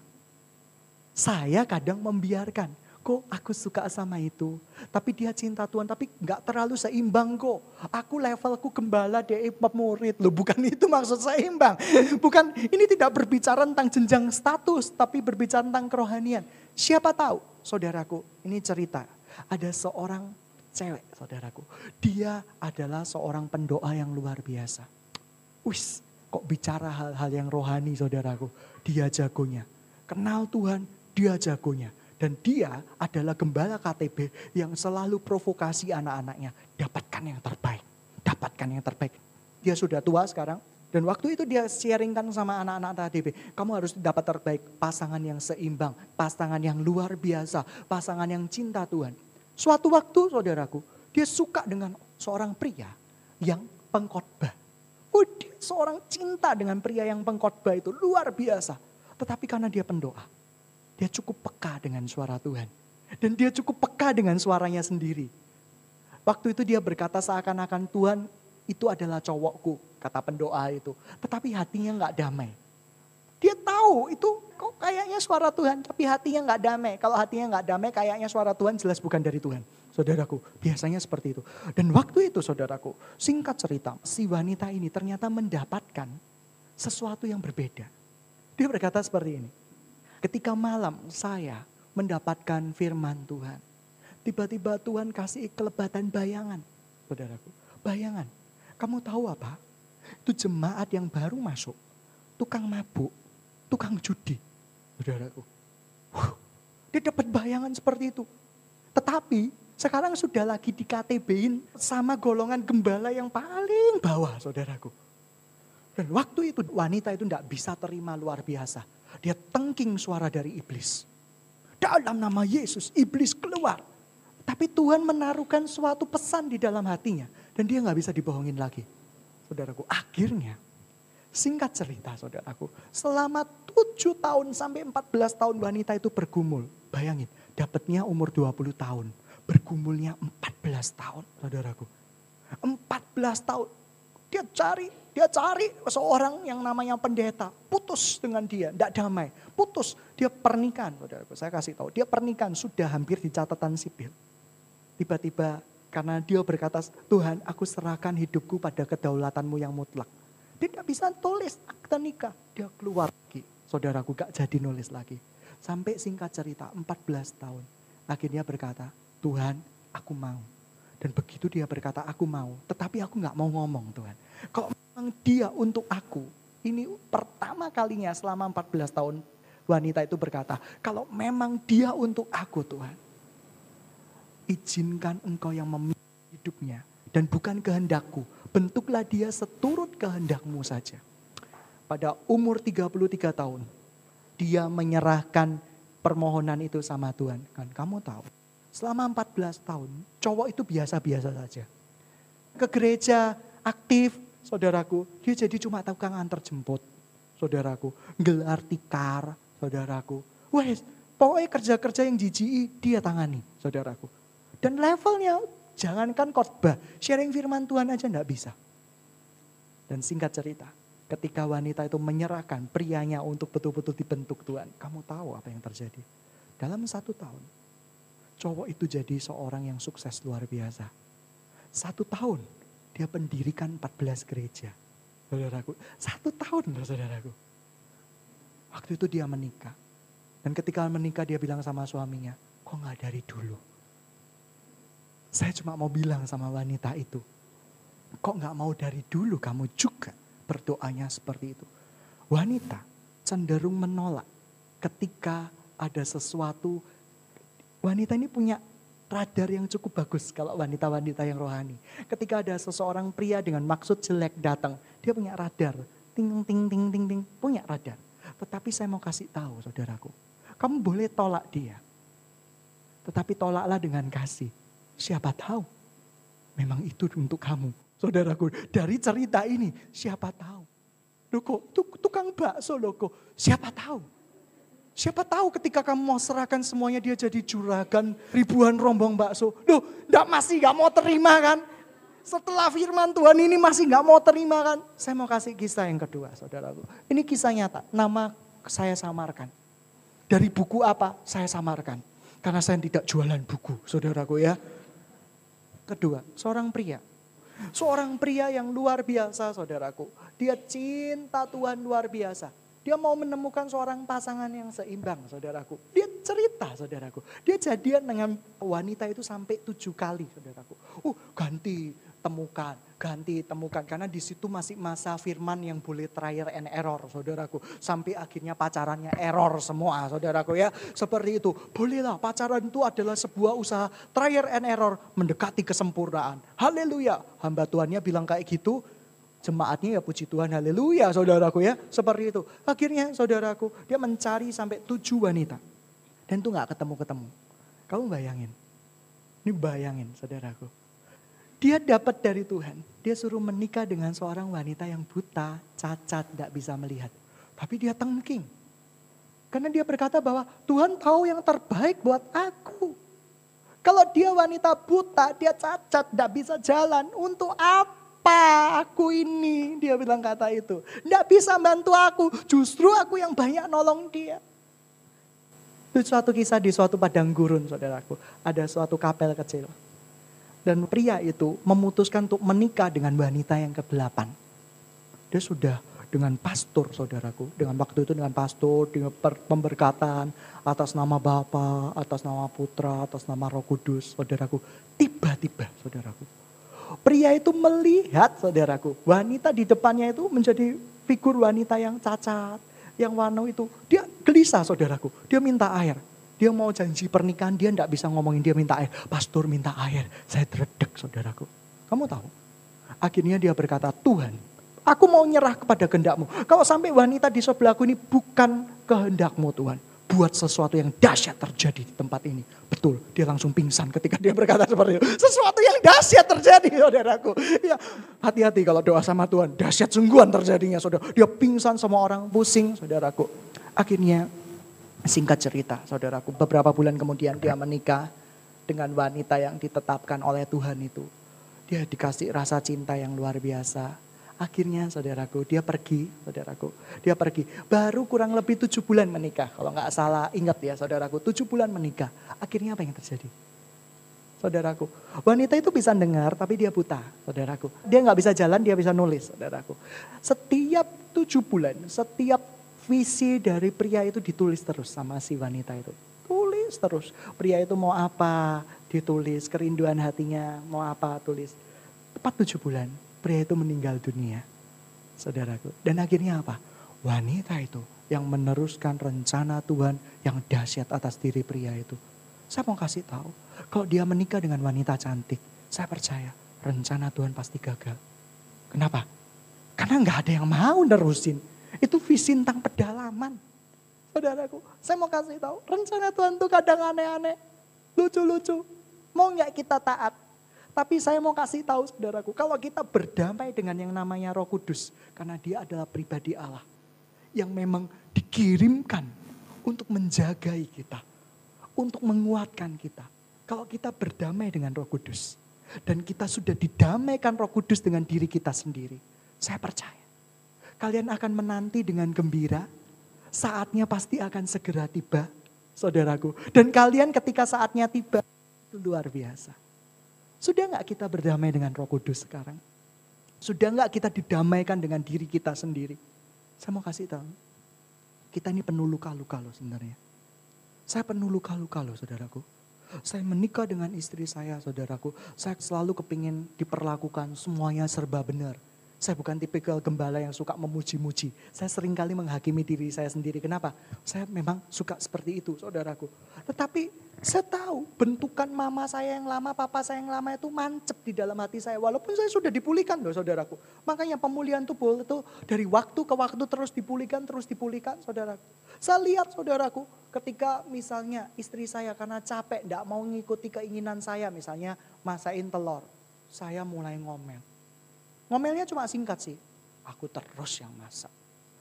saya kadang membiarkan. Kok aku suka sama itu, tapi dia cinta Tuhan, tapi gak terlalu seimbang kok. Aku levelku gembala, dia murid. Loh bukan itu maksud seimbang. Bukan, ini tidak berbicara tentang jenjang status, tapi berbicara tentang kerohanian. Siapa tahu, saudaraku, ini cerita. Ada seorang cewek, saudaraku. Dia adalah seorang pendoa yang luar biasa. Wis, kok bicara hal-hal yang rohani, saudaraku. Dia jagonya. Kenal Tuhan, dia jagonya. Dan dia adalah gembala KTB yang selalu provokasi anak-anaknya. Dapatkan yang terbaik. Dapatkan yang terbaik. Dia sudah tua sekarang. Dan waktu itu dia sharingkan sama anak-anak KTB. Kamu harus dapat terbaik. Pasangan yang seimbang. Pasangan yang luar biasa. Pasangan yang cinta Tuhan. Suatu waktu saudaraku. Dia suka dengan seorang pria yang pengkhotbah. Oh, dia seorang cinta dengan pria yang pengkhotbah itu. Luar biasa. Tetapi karena dia pendoa. Dia cukup peka dengan suara Tuhan. Dan dia cukup peka dengan suaranya sendiri. Waktu itu dia berkata seakan-akan Tuhan itu adalah cowokku, kata pendoa itu. Tetapi hatinya gak damai. Dia tahu itu kok kayaknya suara Tuhan, tapi hatinya gak damai. Kalau hatinya gak damai kayaknya suara Tuhan jelas bukan dari Tuhan. Saudaraku, biasanya seperti itu. Dan waktu itu saudaraku, singkat cerita, si wanita ini ternyata mendapatkan sesuatu yang berbeda. Dia berkata seperti ini. Ketika malam saya mendapatkan firman Tuhan. Tiba-tiba Tuhan kasih kelebatan bayangan. Saudaraku, bayangan. Kamu tahu apa? Itu jemaat yang baru masuk. Tukang mabuk, tukang judi. Saudaraku. Dia dapat bayangan seperti itu. Tetapi sekarang sudah lagi di KTB-in sama golongan gembala yang paling bawah saudaraku. Dan waktu itu wanita itu tidak bisa terima luar biasa. Dia tengking suara dari iblis. Dalam nama Yesus, iblis keluar. Tapi Tuhan menaruhkan suatu pesan di dalam hatinya. Dan dia gak bisa dibohongin lagi. Saudaraku, akhirnya singkat cerita saudaraku. Selama 7 tahun sampai 14 tahun wanita itu bergumul. Bayangin, dapatnya umur 20 tahun. Bergumulnya 14 tahun saudaraku. 14 tahun. Dia cari seorang yang namanya pendeta. Putus dengan dia, tidak damai. Putus, dia pernikahan. Saudaraku, saya kasih tahu, dia pernikahan sudah hampir di catatan sipil. Tiba-tiba karena dia berkata, Tuhan aku serahkan hidupku pada kedaulatanmu yang mutlak. Dia tidak bisa tulis akta nikah. Dia keluar lagi. Saudaraku gak jadi nulis lagi. Sampai singkat cerita 14 tahun. Akhirnya berkata, Tuhan aku mau. Dan begitu dia berkata aku mau, tetapi aku gak mau ngomong Tuhan. Kalau memang dia untuk aku, ini pertama kalinya selama 14 tahun wanita itu berkata, kalau memang dia untuk aku Tuhan, izinkan engkau yang memilih hidupnya dan bukan kehendakku. Bentuklah dia seturut kehendakmu saja. Pada umur 33 tahun, dia menyerahkan permohonan itu sama Tuhan. Kan kamu tahu. Selama 14 tahun, cowok itu biasa-biasa saja. Ke gereja, aktif, saudaraku. Dia jadi cuma tukang antar jemput, saudaraku. Gelar tikar, saudaraku. Wes, pokoknya kerja-kerja yang jijik dia tangani, saudaraku. Dan levelnya, jangankan khotbah, sharing firman Tuhan aja enggak bisa. Dan singkat cerita, Ketika wanita itu menyerahkan prianya untuk betul-betul dibentuk Tuhan. Kamu tahu apa yang terjadi? Dalam 1 tahun, cowok itu jadi seorang yang sukses luar biasa. 1 tahun, dia pendirikan 14 gereja. Saudaraku, 1 tahun loh saudaraku. Waktu itu dia menikah. Dan ketika menikah dia bilang sama suaminya, kok gak dari dulu? Saya cuma mau bilang sama wanita itu, kok gak mau dari dulu kamu juga berdoanya seperti itu. Wanita cenderung menolak ketika ada sesuatu. Wanita ini punya radar yang cukup bagus kalau wanita-wanita yang rohani. Ketika ada seseorang pria dengan maksud jelek datang, dia punya radar. Ting, ting, ting, ting, ting, punya radar. Tetapi saya mau kasih tahu saudaraku, kamu boleh tolak dia. Tetapi tolaklah dengan kasih. Siapa tahu memang itu untuk kamu. Saudaraku, dari cerita ini siapa tahu. Loh kok tukang bakso loh kok, siapa tahu. Siapa tahu ketika kamu mau serahkan semuanya dia jadi juragan ribuan rombong bakso. Loh masih gak mau terima kan. Setelah firman Tuhan ini masih gak mau terima kan. Saya mau kasih kisah yang kedua saudaraku. Ini kisah nyata, nama saya samarkan. Dari buku apa saya samarkan. Karena saya tidak jualan buku saudaraku ya. Kedua, seorang pria. Seorang pria yang luar biasa saudaraku. Dia cinta Tuhan luar biasa. Dia mau menemukan seorang pasangan yang seimbang saudaraku. Dia cerita saudaraku. Dia jadian dengan wanita itu sampai 7 kali saudaraku. Ganti temukan. Karena di situ masih masa firman yang boleh trial and error saudaraku. Sampai akhirnya pacarannya error semua saudaraku ya. Seperti itu. Bolehlah pacaran itu adalah sebuah usaha trial and error mendekati kesempurnaan. Haleluya. Hamba Tuhannya bilang kayak gitu. Jemaatnya ya puji Tuhan, haleluya saudaraku ya. Seperti itu. Akhirnya saudaraku dia mencari sampai 7 wanita. Dan itu gak ketemu-ketemu. Kamu bayangin. Ini bayangin saudaraku. Dia dapat dari Tuhan. Dia suruh menikah dengan seorang wanita yang buta, cacat, gak bisa melihat. Tapi dia tengking. Karena dia berkata bahwa Tuhan tahu yang terbaik buat aku. Kalau dia wanita buta, dia cacat, gak bisa jalan. Untuk apa aku ini? Dia bilang kata itu. Gak bisa bantu aku, justru aku yang banyak nolong dia. Itu suatu kisah di suatu padang gurun saudaraku. Ada suatu kapel kecil. Dan pria itu memutuskan untuk menikah dengan wanita yang ke-8. Dia sudah dengan pastor saudaraku. Dengan waktu itu dengan pastor, dengan pemberkatan atas nama Bapa, atas nama Putra, atas nama Roh Kudus saudaraku. Tiba-tiba saudaraku. Pria itu melihat saudaraku. Wanita di depannya itu menjadi figur wanita yang cacat. Yang wano itu. Dia gelisah saudaraku. Dia minta air. Dia mau janji pernikahan, dia tidak bisa ngomongin, dia minta air. Pastor minta air, saya teredek saudaraku. Kamu tahu? Akhirnya dia berkata, Tuhan, aku mau nyerah kepada kehendakmu. Kalau sampai wanita di sebelahku ini bukan kehendakmu Tuhan. Buat sesuatu yang dahsyat terjadi di tempat ini. Betul, dia langsung pingsan ketika dia berkata seperti itu. Sesuatu yang dahsyat terjadi saudaraku. Ya, hati-hati kalau doa sama Tuhan. Dahsyat sungguhan terjadinya saudara. Dia pingsan, semua orang pusing saudaraku. Akhirnya singkat cerita saudaraku, beberapa bulan kemudian dia menikah dengan wanita yang ditetapkan oleh Tuhan itu. Dia dikasih rasa cinta yang luar biasa. Akhirnya saudaraku, dia pergi saudaraku. Dia pergi, baru kurang lebih 7 bulan menikah. Kalau gak salah ingat ya saudaraku, 7 bulan menikah. Akhirnya apa yang terjadi? Saudaraku, wanita itu bisa dengar tapi dia buta saudaraku. Dia gak bisa jalan, dia bisa nulis saudaraku. Setiap 7 bulan, setiap visi dari pria itu ditulis terus sama si wanita itu. Tulis terus. Pria itu mau apa, ditulis. Kerinduan hatinya mau apa, tulis. Tepat 7 bulan, pria itu meninggal dunia. Saudaraku. Dan akhirnya apa? Wanita itu yang meneruskan rencana Tuhan yang dahsyat atas diri pria itu. Saya mau kasih tahu, kalau dia menikah dengan wanita cantik, saya percaya rencana Tuhan pasti gagal. Kenapa? Karena gak ada yang mau nerusin. Itu visi tentang pedalaman. Saudaraku, saya mau kasih tahu, rencana Tuhan tuh kadang aneh-aneh, lucu-lucu. Mau gak kita taat? Tapi saya mau kasih tahu saudaraku, kalau kita berdamai dengan yang namanya Roh Kudus, karena dia adalah pribadi Allah, yang memang dikirimkan untuk menjagai kita, untuk menguatkan kita. Kalau kita berdamai dengan Roh Kudus, dan kita sudah didamaikan Roh Kudus dengan diri kita sendiri, saya percaya. Kalian akan menanti dengan gembira. Saatnya pasti akan segera tiba, saudaraku. Dan kalian ketika saatnya tiba, itu luar biasa. Sudah gak kita berdamai dengan Roh Kudus sekarang? Sudah gak kita didamaikan dengan diri kita sendiri? Saya mau kasih tahu, kita ini penuh luka-luka loh sebenarnya. Saya penuh luka-luka loh saudaraku. Saya menikah dengan istri saya saudaraku. Saya selalu kepingin diperlakukan semuanya serba benar. Saya bukan tipikal gembala yang suka memuji-muji. Saya seringkali menghakimi diri saya sendiri. Kenapa? Saya memang suka seperti itu saudaraku. Tetapi saya tahu bentukan mama saya yang lama, papa saya yang lama itu mancep di dalam hati saya. Walaupun saya sudah dipulihkan loh saudaraku. Makanya pemulihan tubuh itu dari waktu ke waktu terus dipulihkan saudaraku. Saya lihat saudaraku ketika misalnya istri saya karena capek tidak mau mengikuti keinginan saya. Misalnya masain telur. Saya mulai ngomel. Ngomelnya cuma singkat sih. Aku terus yang masak.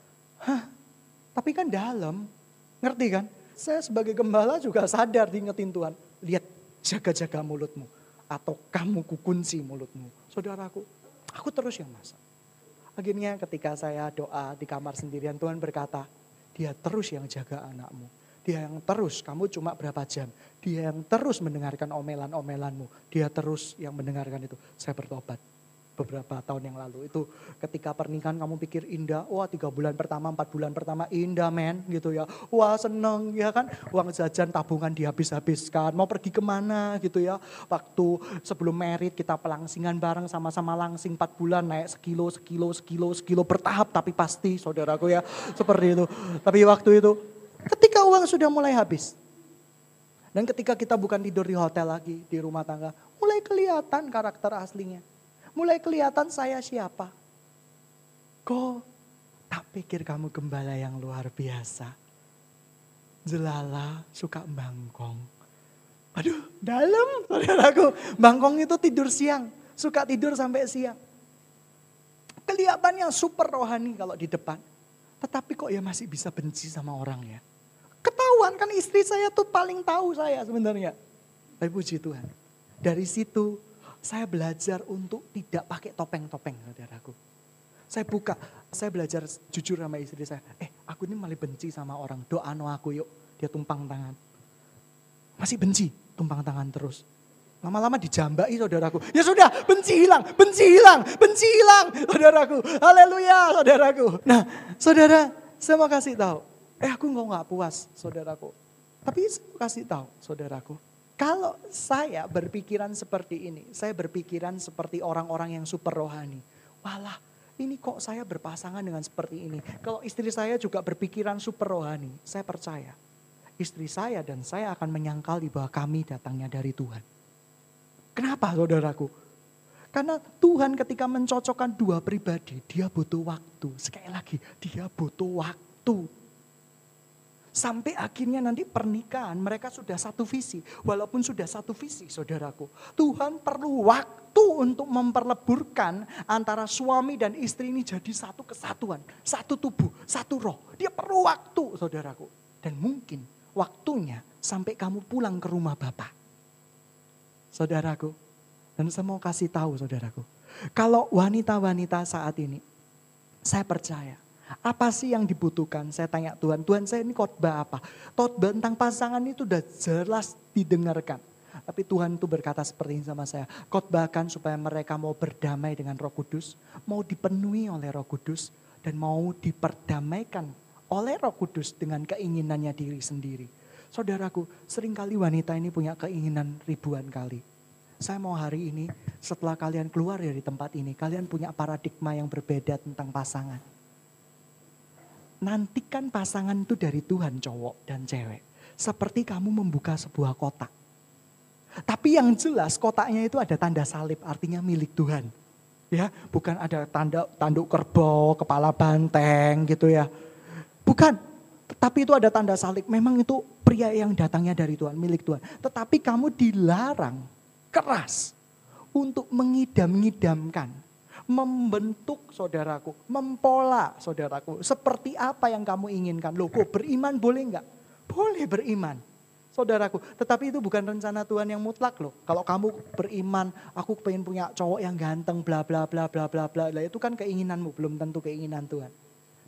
Tapi kan dalam. Ngerti kan? Saya sebagai gembala juga sadar diingetin Tuhan. Lihat, jaga-jaga mulutmu. Atau kamu kukunci mulutmu. Saudaraku, aku terus yang masak. Akhirnya ketika saya doa di kamar sendirian, Tuhan berkata, dia terus yang jaga anakmu. Dia yang terus, kamu cuma berapa jam. Dia yang terus mendengarkan omelan-omelanmu. Dia terus yang mendengarkan itu. Saya bertobat. Beberapa tahun yang lalu itu ketika pernikahan kamu pikir indah, wah 3 bulan pertama, 4 bulan pertama indah men gitu ya. Wah seneng ya kan, uang jajan tabungan dihabis-habiskan, mau pergi kemana gitu ya. Waktu sebelum merit kita pelangsingan bareng sama-sama langsing 4 bulan naik sekilo bertahap tapi pasti saudaraku ya seperti itu. Tapi waktu itu ketika uang sudah mulai habis dan ketika kita bukan tidur di hotel lagi, di rumah tangga, mulai kelihatan karakter aslinya. Mulai kelihatan saya siapa. Kok tak pikir kamu gembala yang luar biasa. Jelala suka bangkong. Aduh dalam saudaraku. Bangkong itu tidur siang. Suka tidur sampai siang. Kelihatannya super rohani kalau di depan. Tetapi kok ya masih bisa benci sama orang ya. Ketahuan kan istri saya tuh paling tahu saya sebenarnya. Tapi puji Tuhan. Dari situ saya belajar untuk tidak pakai topeng-topeng saudaraku. Saya belajar jujur sama istri saya. Aku ini malah benci sama orang. Doa no aku yuk. Dia tumpang tangan. Masih benci, tumpang tangan terus. Lama-lama dijambai saudaraku. Ya sudah, benci hilang. Saudaraku, haleluya saudaraku. Nah saudara, saya mau kasih tahu. Aku nggak puas saudaraku. Tapi saya mau kasih tahu saudaraku. Kalau saya berpikiran seperti ini, saya berpikiran seperti orang-orang yang super rohani. Walah, ini kok saya berpasangan dengan seperti ini. Kalau istri saya juga berpikiran super rohani, saya percaya. Istri saya dan saya akan menyangkali bahwa kami datangnya dari Tuhan. Kenapa saudaraku? Karena Tuhan ketika mencocokkan dua pribadi, dia butuh waktu. Sekali lagi, dia butuh waktu. Sampai akhirnya nanti pernikahan mereka sudah satu visi. Walaupun sudah satu visi saudaraku. Tuhan perlu waktu untuk memperleburkan antara suami dan istri ini jadi satu kesatuan. Satu tubuh, satu roh. Dia perlu waktu saudaraku. Dan mungkin waktunya sampai kamu pulang ke rumah Bapak. Saudaraku. Dan saya mau kasih tahu saudaraku. Kalau wanita-wanita saat ini. Saya percaya. Apa sih yang dibutuhkan? Saya tanya Tuhan, Tuhan saya ini khotbah apa? Khotbah tentang pasangan itu udah jelas didengarkan. Tapi Tuhan itu berkata seperti ini sama saya. Khotbahkan supaya mereka mau berdamai dengan Roh Kudus. Mau dipenuhi oleh Roh Kudus. Dan mau diperdamaikan oleh Roh Kudus dengan keinginannya diri sendiri. Saudaraku, seringkali wanita ini punya keinginan ribuan kali. Saya mau hari ini setelah kalian keluar dari tempat ini. Kalian punya paradigma yang berbeda tentang pasangan. Nantikan pasangan itu dari Tuhan cowok dan cewek. Seperti kamu membuka sebuah kotak. Tapi yang jelas kotaknya itu ada tanda salib artinya milik Tuhan. Ya, bukan ada tanduk kerbau, kepala banteng gitu ya. Bukan, tapi itu ada tanda salib. Memang itu pria yang datangnya dari Tuhan, milik Tuhan. Tetapi kamu dilarang keras untuk mengidam-ngidamkan. Membentuk saudaraku, mempola saudaraku. Seperti apa yang kamu inginkan. Loh kok beriman boleh enggak? Boleh beriman. Saudaraku, tetapi itu bukan rencana Tuhan yang mutlak loh. Kalau kamu beriman, aku pengen punya cowok yang ganteng bla bla bla bla bla bla. Itu kan keinginanmu, belum tentu keinginan Tuhan.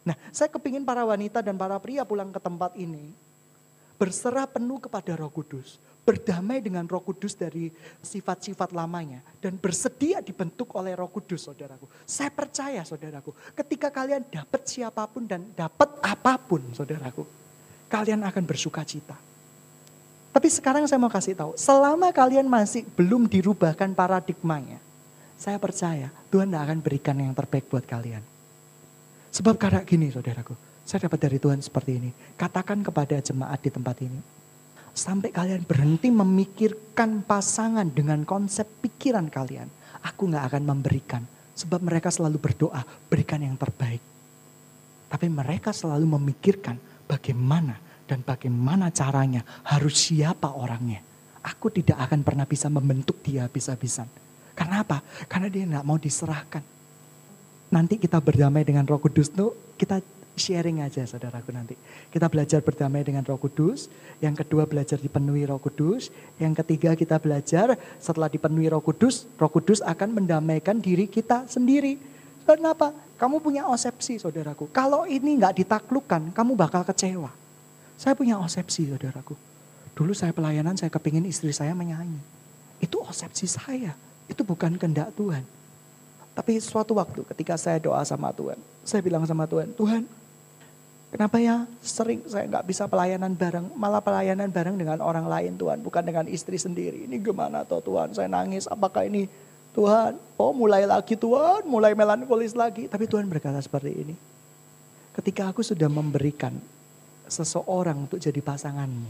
Nah, saya kepingin para wanita dan para pria pulang ke tempat ini berserah penuh kepada Roh Kudus, berdamai dengan Roh Kudus dari sifat-sifat lamanya, dan bersedia dibentuk oleh Roh Kudus, saudaraku. Saya percaya, saudaraku, ketika kalian dapat siapapun dan dapat apapun, saudaraku, kalian akan bersuka cita. Tapi sekarang saya mau kasih tahu, selama kalian masih belum dirubahkan paradigmanya, saya percaya Tuhan tidak akan berikan yang terbaik buat kalian. Sebab karena gini, saudaraku, saya dapat dari Tuhan seperti ini. Katakan kepada jemaat di tempat ini, sampai kalian berhenti memikirkan pasangan dengan konsep pikiran kalian, aku gak akan memberikan. Sebab mereka selalu berdoa, berikan yang terbaik. Tapi mereka selalu memikirkan bagaimana dan bagaimana caranya, harus siapa orangnya. Aku tidak akan pernah bisa membentuk dia habis-habisan. Karena apa? Karena dia gak mau diserahkan. Nanti kita berdamai dengan Roh Kudus tuh, kita sharing aja saudaraku nanti. Kita belajar berdamai dengan Roh Kudus. Yang kedua belajar dipenuhi Roh Kudus. Yang ketiga kita belajar setelah dipenuhi Roh Kudus akan mendamaikan diri kita sendiri. Kenapa? Kamu punya osepsi saudaraku. Kalau ini gak ditaklukkan, kamu bakal kecewa. Saya punya osepsi saudaraku. Dulu saya pelayanan, saya kepingin istri saya menyanyi. Itu osepsi saya. Itu bukan kehendak Tuhan. Tapi suatu waktu ketika saya doa sama Tuhan, saya bilang sama Tuhan, Tuhan kenapa ya sering saya gak bisa pelayanan bareng, malah pelayanan bareng dengan orang lain Tuhan, bukan dengan istri sendiri. Ini gimana toh Tuhan, saya nangis, apakah ini Tuhan, oh mulai lagi Tuhan, mulai melankolis lagi. Tapi Tuhan berkata seperti ini, ketika aku sudah memberikan seseorang untuk jadi pasanganmu,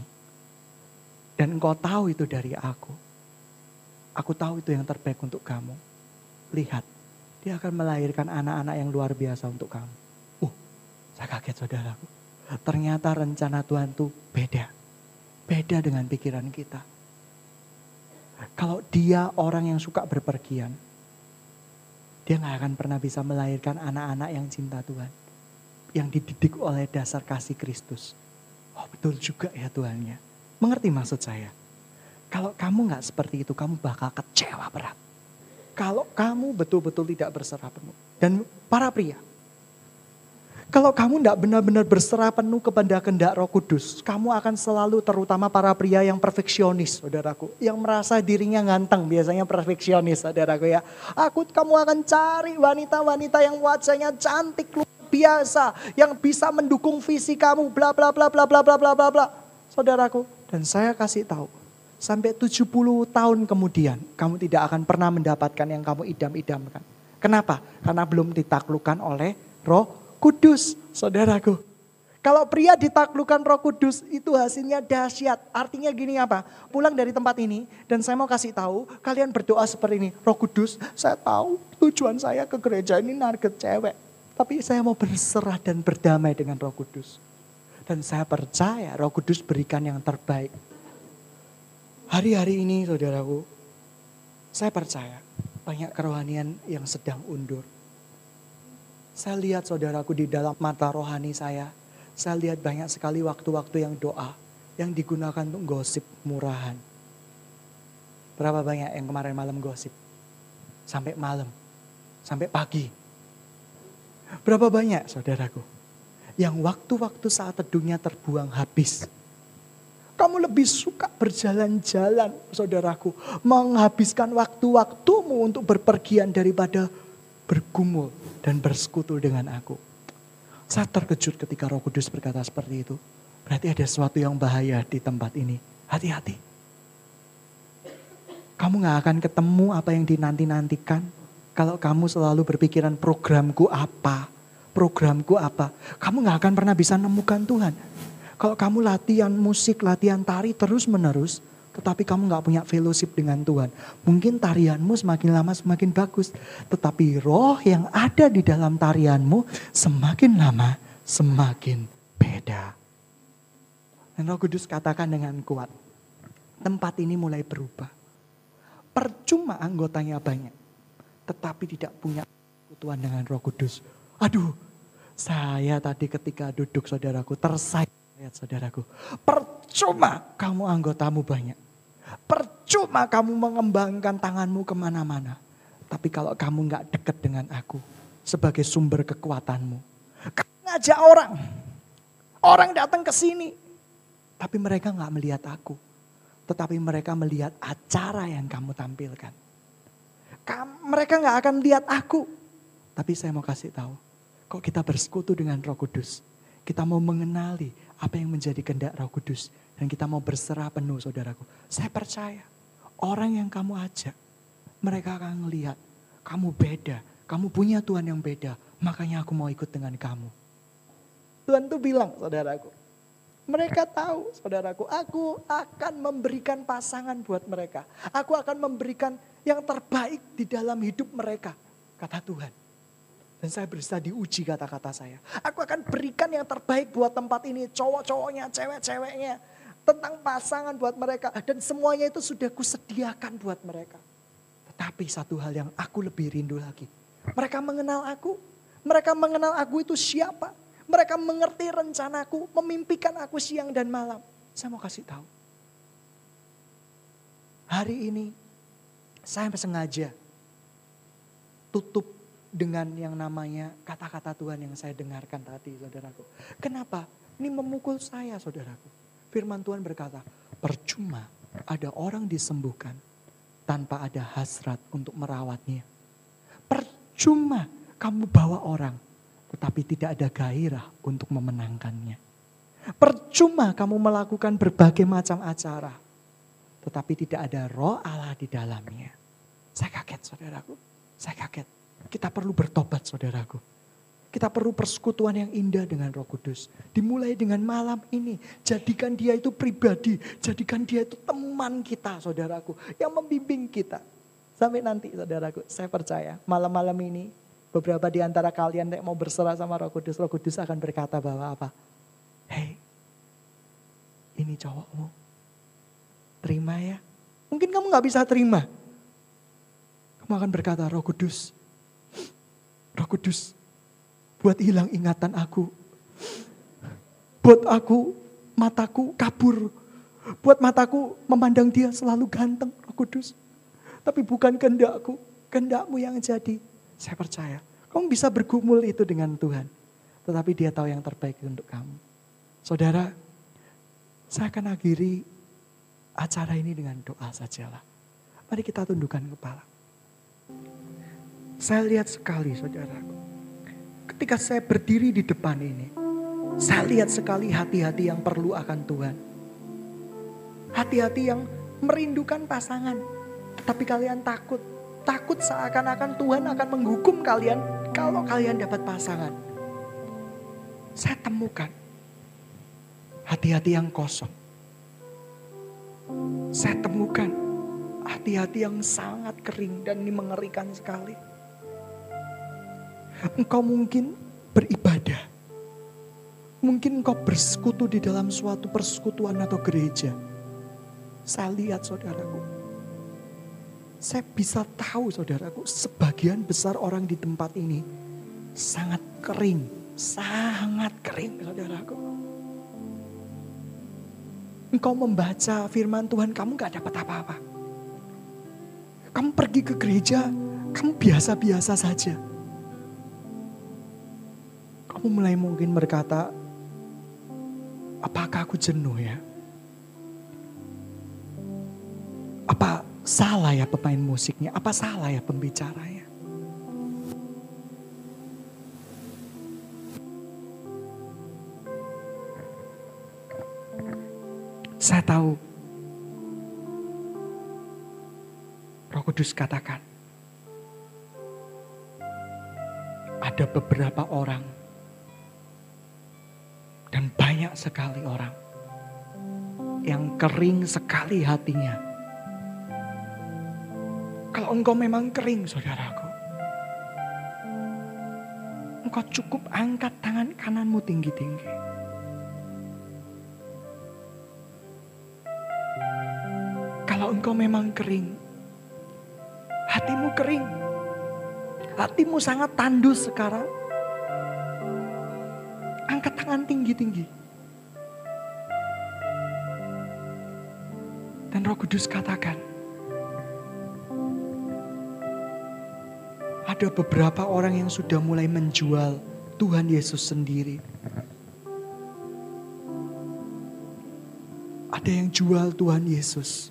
dan engkau tahu itu dari aku tahu itu yang terbaik untuk kamu, lihat. Dia akan melahirkan anak-anak yang luar biasa untuk kamu. Saya kaget saudaraku. Ternyata rencana Tuhan itu beda. Beda dengan pikiran kita. Kalau dia orang yang suka berpergian, dia gak akan pernah bisa melahirkan anak-anak yang cinta Tuhan. Yang dididik oleh dasar kasih Kristus. Oh betul juga ya Tuhannya. Mengerti maksud saya? Kalau kamu gak seperti itu, kamu bakal kecewa berat. Kalau kamu betul-betul tidak berserah penuh. Dan para pria, kalau kamu tidak benar-benar berserah penuh kepada kehendak Roh Kudus, kamu akan selalu, terutama para pria yang perfeksionis, saudaraku, yang merasa dirinya ganteng, biasanya perfeksionis, saudaraku ya. Kamu akan cari wanita-wanita yang wajahnya cantik luar biasa, yang bisa mendukung visi kamu, bla bla bla bla bla bla bla bla bla, saudaraku. Dan saya kasih tahu, sampai 70 tahun kemudian, kamu tidak akan pernah mendapatkan yang kamu idam-idamkan. Kenapa? Karena belum ditaklukkan oleh Roh Kudus, saudaraku. Kalau pria ditaklukkan Roh Kudus, itu hasilnya dahsyat. Artinya gini apa? Pulang dari tempat ini, dan saya mau kasih tahu, kalian berdoa seperti ini. Roh Kudus, saya tahu tujuan saya ke gereja ini narget cewek. Tapi saya mau berserah dan berdamai dengan Roh Kudus. Dan saya percaya Roh Kudus berikan yang terbaik. Hari-hari ini saudaraku, saya percaya banyak kerohanian yang sedang undur. Saya lihat saudaraku di dalam mata rohani saya lihat banyak sekali waktu-waktu yang doa, yang digunakan untuk gosip murahan. Berapa banyak yang kemarin malam gosip? Sampai malam, sampai pagi. Berapa banyak saudaraku, yang waktu-waktu saat teduhnya terbuang habis. Kamu lebih suka berjalan-jalan, saudaraku. Menghabiskan waktu-waktumu untuk berpergian daripada bergumul dan bersekutu dengan aku. Saya terkejut ketika Roh Kudus berkata seperti itu. Berarti ada sesuatu yang bahaya di tempat ini. Hati-hati. Kamu gak akan ketemu apa yang dinanti-nantikan. Kalau kamu selalu berpikiran programku apa. Kamu gak akan pernah bisa nemukan Tuhan. Kalau kamu latihan musik, latihan tari terus menerus, tetapi kamu gak punya fellowship dengan Tuhan. Mungkin tarianmu semakin lama semakin bagus, tetapi roh yang ada di dalam tarianmu semakin lama semakin beda. Dan Roh Kudus katakan dengan kuat, tempat ini mulai berubah. Percuma anggotanya banyak, tetapi tidak punya persekutuan dengan Roh Kudus. Aduh, saya tadi ketika duduk saudaraku tersayat. Lihat saudaraku, percuma kamu anggotamu banyak. Percuma kamu mengembangkan tanganmu kemana-mana. Tapi kalau kamu gak dekat dengan aku sebagai sumber kekuatanmu, kamu gak mengajak orang. Orang datang ke sini. Tapi mereka gak melihat aku. Tetapi mereka melihat acara yang kamu tampilkan. Mereka gak akan lihat aku. Tapi saya mau kasih tahu. Kok kita bersekutu dengan Roh Kudus. Kita mau mengenali apa yang menjadi kehendak Roh Kudus. Dan kita mau berserah penuh saudaraku. Saya percaya orang yang kamu ajak. Mereka akan melihat kamu beda. Kamu punya Tuhan yang beda. Makanya aku mau ikut dengan kamu. Tuhan tuh bilang saudaraku. Mereka tahu saudaraku. Aku akan memberikan pasangan buat mereka. Aku akan memberikan yang terbaik di dalam hidup mereka. Kata Tuhan. Dan saya berusaha diuji kata-kata saya. Aku akan berikan yang terbaik buat tempat ini. Cowok-cowoknya, cewek-ceweknya. Tentang pasangan buat mereka. Dan semuanya itu sudah kusediakan buat mereka. Tetapi satu hal yang aku lebih rindu lagi. Mereka mengenal aku. Mereka mengenal aku itu siapa. Mereka mengerti rencanaku. Memimpikan aku siang dan malam. Saya mau kasih tahu. Hari ini saya sengaja tutup dengan yang namanya kata-kata Tuhan yang saya dengarkan tadi saudaraku. Kenapa? Ini memukul saya saudaraku. Firman Tuhan berkata, percuma ada orang disembuhkan tanpa ada hasrat untuk merawatnya. Percuma kamu bawa orang tetapi tidak ada gairah untuk memenangkannya. Percuma kamu melakukan berbagai macam acara tetapi tidak ada roh Allah di dalamnya. Saya kaget saudaraku, saya kaget. Kita perlu bertobat saudaraku. Kita perlu persekutuan yang indah dengan Roh Kudus. Dimulai dengan malam ini. Jadikan dia itu pribadi. Jadikan dia itu teman kita saudaraku. Yang membimbing kita. Sampai nanti saudaraku. Saya percaya malam-malam ini. Beberapa di antara kalian yang mau berserah sama Roh Kudus. Roh Kudus akan berkata bahwa apa? Hei, ini cowokmu. Terima ya. Mungkin kamu gak bisa terima. Kamu akan berkata, Roh Kudus. Roh Kudus. Buat hilang ingatan aku. Buat aku, mataku kabur. Buat mataku memandang dia selalu ganteng, Roh Kudus. Tapi bukan kehendakku, kehendakmu yang jadi. Saya percaya, kamu bisa bergumul itu dengan Tuhan. Tetapi dia tahu yang terbaik untuk kamu. Saudara, saya akan akhiri acara ini dengan doa sajalah. Mari kita tundukkan kepala. Saya lihat sekali saudaraku. Ketika saya berdiri di depan ini, saya lihat sekali hati-hati yang perlu akan Tuhan. Hati-hati yang merindukan pasangan, tetapi kalian takut. Takut seakan-akan Tuhan akan menghukum kalian kalau kalian dapat pasangan. Saya temukan hati-hati yang kosong. Saya temukan hati-hati yang sangat kering dan ini mengerikan sekali. Engkau mungkin beribadah. Mungkin engkau bersekutu di dalam suatu persekutuan atau gereja. Saya lihat saudaraku. Saya bisa tahu saudaraku, sebagian besar orang di tempat ini sangat kering. Sangat kering saudaraku. Engkau membaca firman Tuhan, kamu gak dapat apa-apa. Kamu pergi ke gereja, kamu biasa-biasa saja. Kamu mulai mungkin berkata, apakah aku jenuh ya? Apa salah ya pemain musiknya? Apa salah ya pembicaranya? Saya tahu Roh Kudus katakan ada beberapa orang dan banyak sekali orang yang kering sekali hatinya. Kalau engkau memang kering saudaraku, engkau cukup angkat tangan kananmu tinggi-tinggi. Kalau engkau memang kering, hatimu kering, hatimu sangat tandus sekarang, angkat tangan tinggi-tinggi. Dan Roh Kudus katakan, ada beberapa orang yang sudah mulai menjual Tuhan Yesus sendiri. Ada yang jual Tuhan Yesus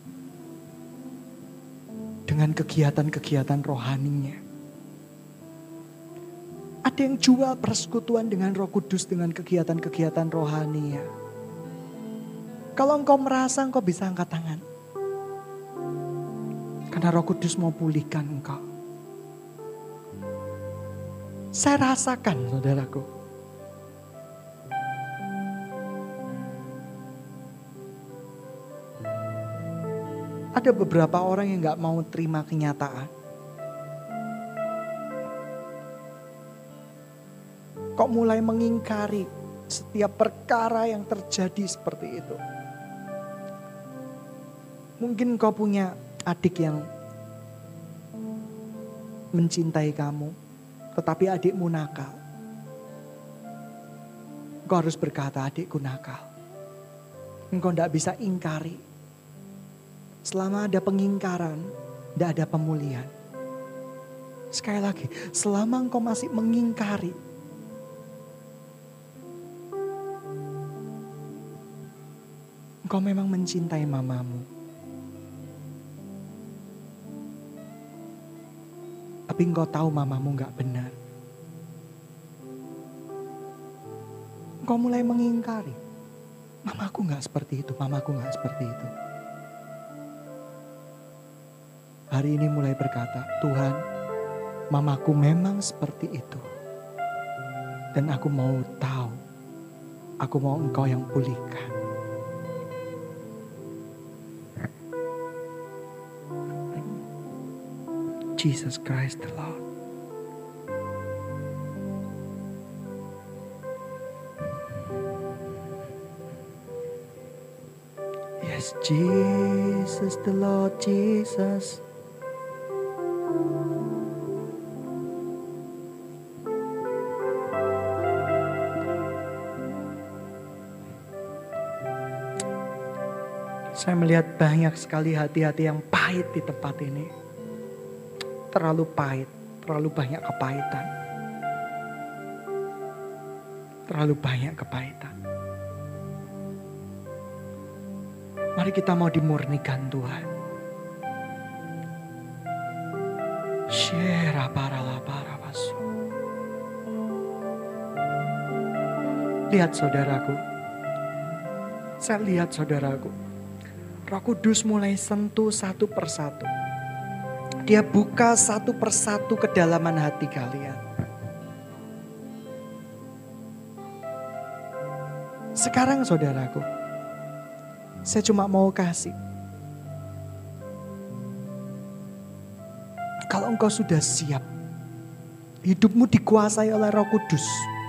dengan kegiatan-kegiatan rohaninya. Ada yang jual persekutuan dengan Roh Kudus dengan kegiatan-kegiatan rohaninya. Kalau engkau merasa engkau bisa angkat tangan. Karena Roh Kudus mau pulihkan engkau. Saya rasakan, saudaraku. Ada beberapa orang yang gak mau terima kenyataan. Kok mulai mengingkari setiap perkara yang terjadi seperti itu. Mungkin kau punya adik yang mencintai kamu, tetapi adikmu nakal. Kau harus berkata, adikku nakal. Engkau tidak bisa ingkari. Selama ada pengingkaran, tidak ada pemulihan. Sekali lagi, selama engkau masih mengingkari, engkau memang mencintai mamamu. Tapi engkau tahu mamamu gak benar. Engkau mulai mengingkari. Mamaku gak seperti itu, mamaku gak seperti itu. Hari ini mulai berkata, Tuhan, mamaku memang seperti itu. Dan aku mau tahu, aku mau engkau yang pulihkan. Jesus Christ the Lord. Yes, Jesus the Lord, Jesus. Saya melihat banyak sekali hati-hati yang pahit di tempat ini. Terlalu pahit, terlalu banyak kepahitan. Terlalu banyak kepahitan. Mari kita mau dimurnikan Tuhan. Lihat saudaraku. Saya lihat saudaraku. Roh Kudus mulai sentuh satu persatu. Dia buka satu persatu kedalaman hati kalian. Sekarang saudaraku, saya cuma mau kasih. Kalau engkau sudah siap, hidupmu dikuasai oleh Roh Kudus.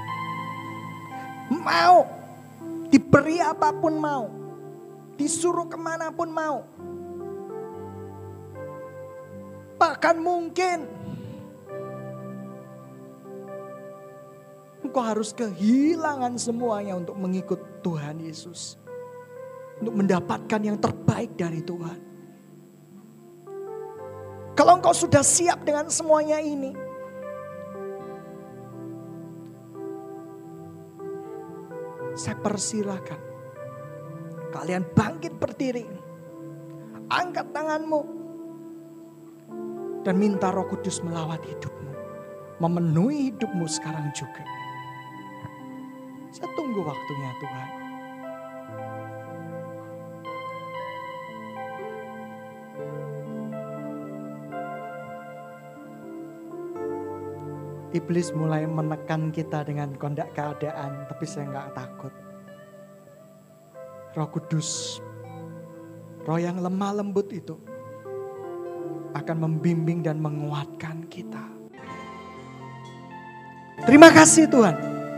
Mau, diberi apapun mau. Disuruh kemanapun mau. Bahkan mungkin engkau harus kehilangan semuanya untuk mengikut Tuhan Yesus. Untuk mendapatkan yang terbaik dari Tuhan. Kalau engkau sudah siap dengan semuanya ini, saya persilakan kalian bangkit berdiri. Angkat tanganmu. Dan minta Roh Kudus melawat hidupmu. Memenuhi hidupmu sekarang juga. Saya tunggu waktunya Tuhan. Iblis mulai menekan kita dengan kondak keadaan. Tapi saya gak takut. Roh Kudus, Roh yang lemah lembut itu akan membimbing dan menguatkan kita. Terima kasih Tuhan.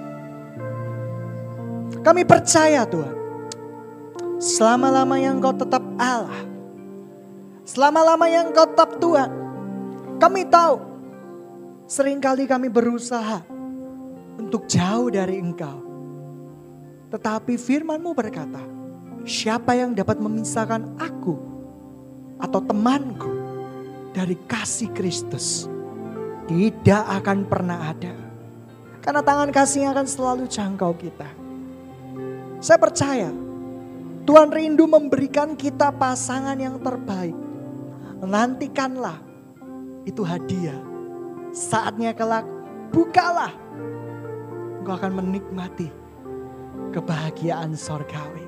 Kami percaya Tuhan. Selama-lamanya Engkau tetap Allah. Selama-lamanya Engkau tetap Tuhan. Kami tahu seringkali kami berusaha untuk jauh dari Engkau. Tetapi firman-Mu berkata, siapa yang dapat memisahkan aku atau temanku dari kasih Kristus? Tidak akan pernah ada. Karena tangan kasih-Nya akan selalu jangkau kita. Saya percaya Tuhan rindu memberikan kita pasangan yang terbaik. Nantikanlah, itu hadiah. Saatnya kelak, bukalah. Engkau akan menikmati kebahagiaan sorgawi.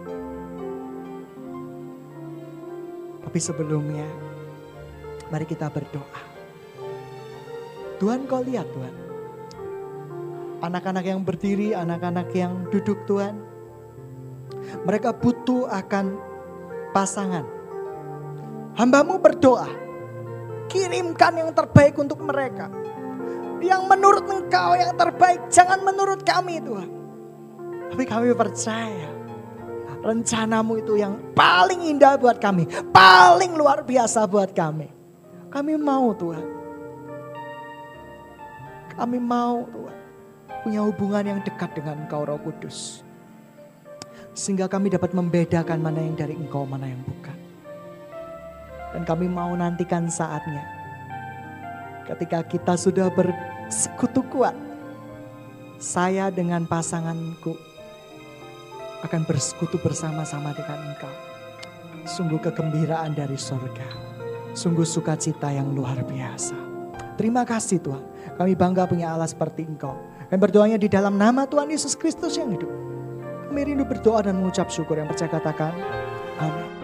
Tapi sebelumnya, mari kita berdoa. Tuhan, Kau lihat Tuhan. Anak-anak yang berdiri, anak-anak yang duduk Tuhan. Mereka butuh akan pasangan. Hamba-Mu berdoa. Kirimkan yang terbaik untuk mereka. Yang menurut Engkau yang terbaik, jangan menurut kami Tuhan. Tapi kami percaya rencana-Mu itu yang paling indah buat kami. Paling luar biasa buat kami. Kami mau Tuhan. Kami mau Tuhan. Punya hubungan yang dekat dengan Engkau Roh Kudus. Sehingga kami dapat membedakan mana yang dari Engkau, mana yang bukan. Dan kami mau nantikan saatnya. Ketika kita sudah bersekutu kuat. Saya dengan pasanganku akan bersekutu bersama-sama dengan Engkau. Sungguh kegembiraan dari surga. Sungguh sukacita yang luar biasa. Terima kasih Tuhan. Kami bangga punya Allah seperti Engkau. Kami berdoanya di dalam nama Tuhan Yesus Kristus yang hidup. Kami rindu berdoa dan mengucap syukur, yang percaya katakan amin.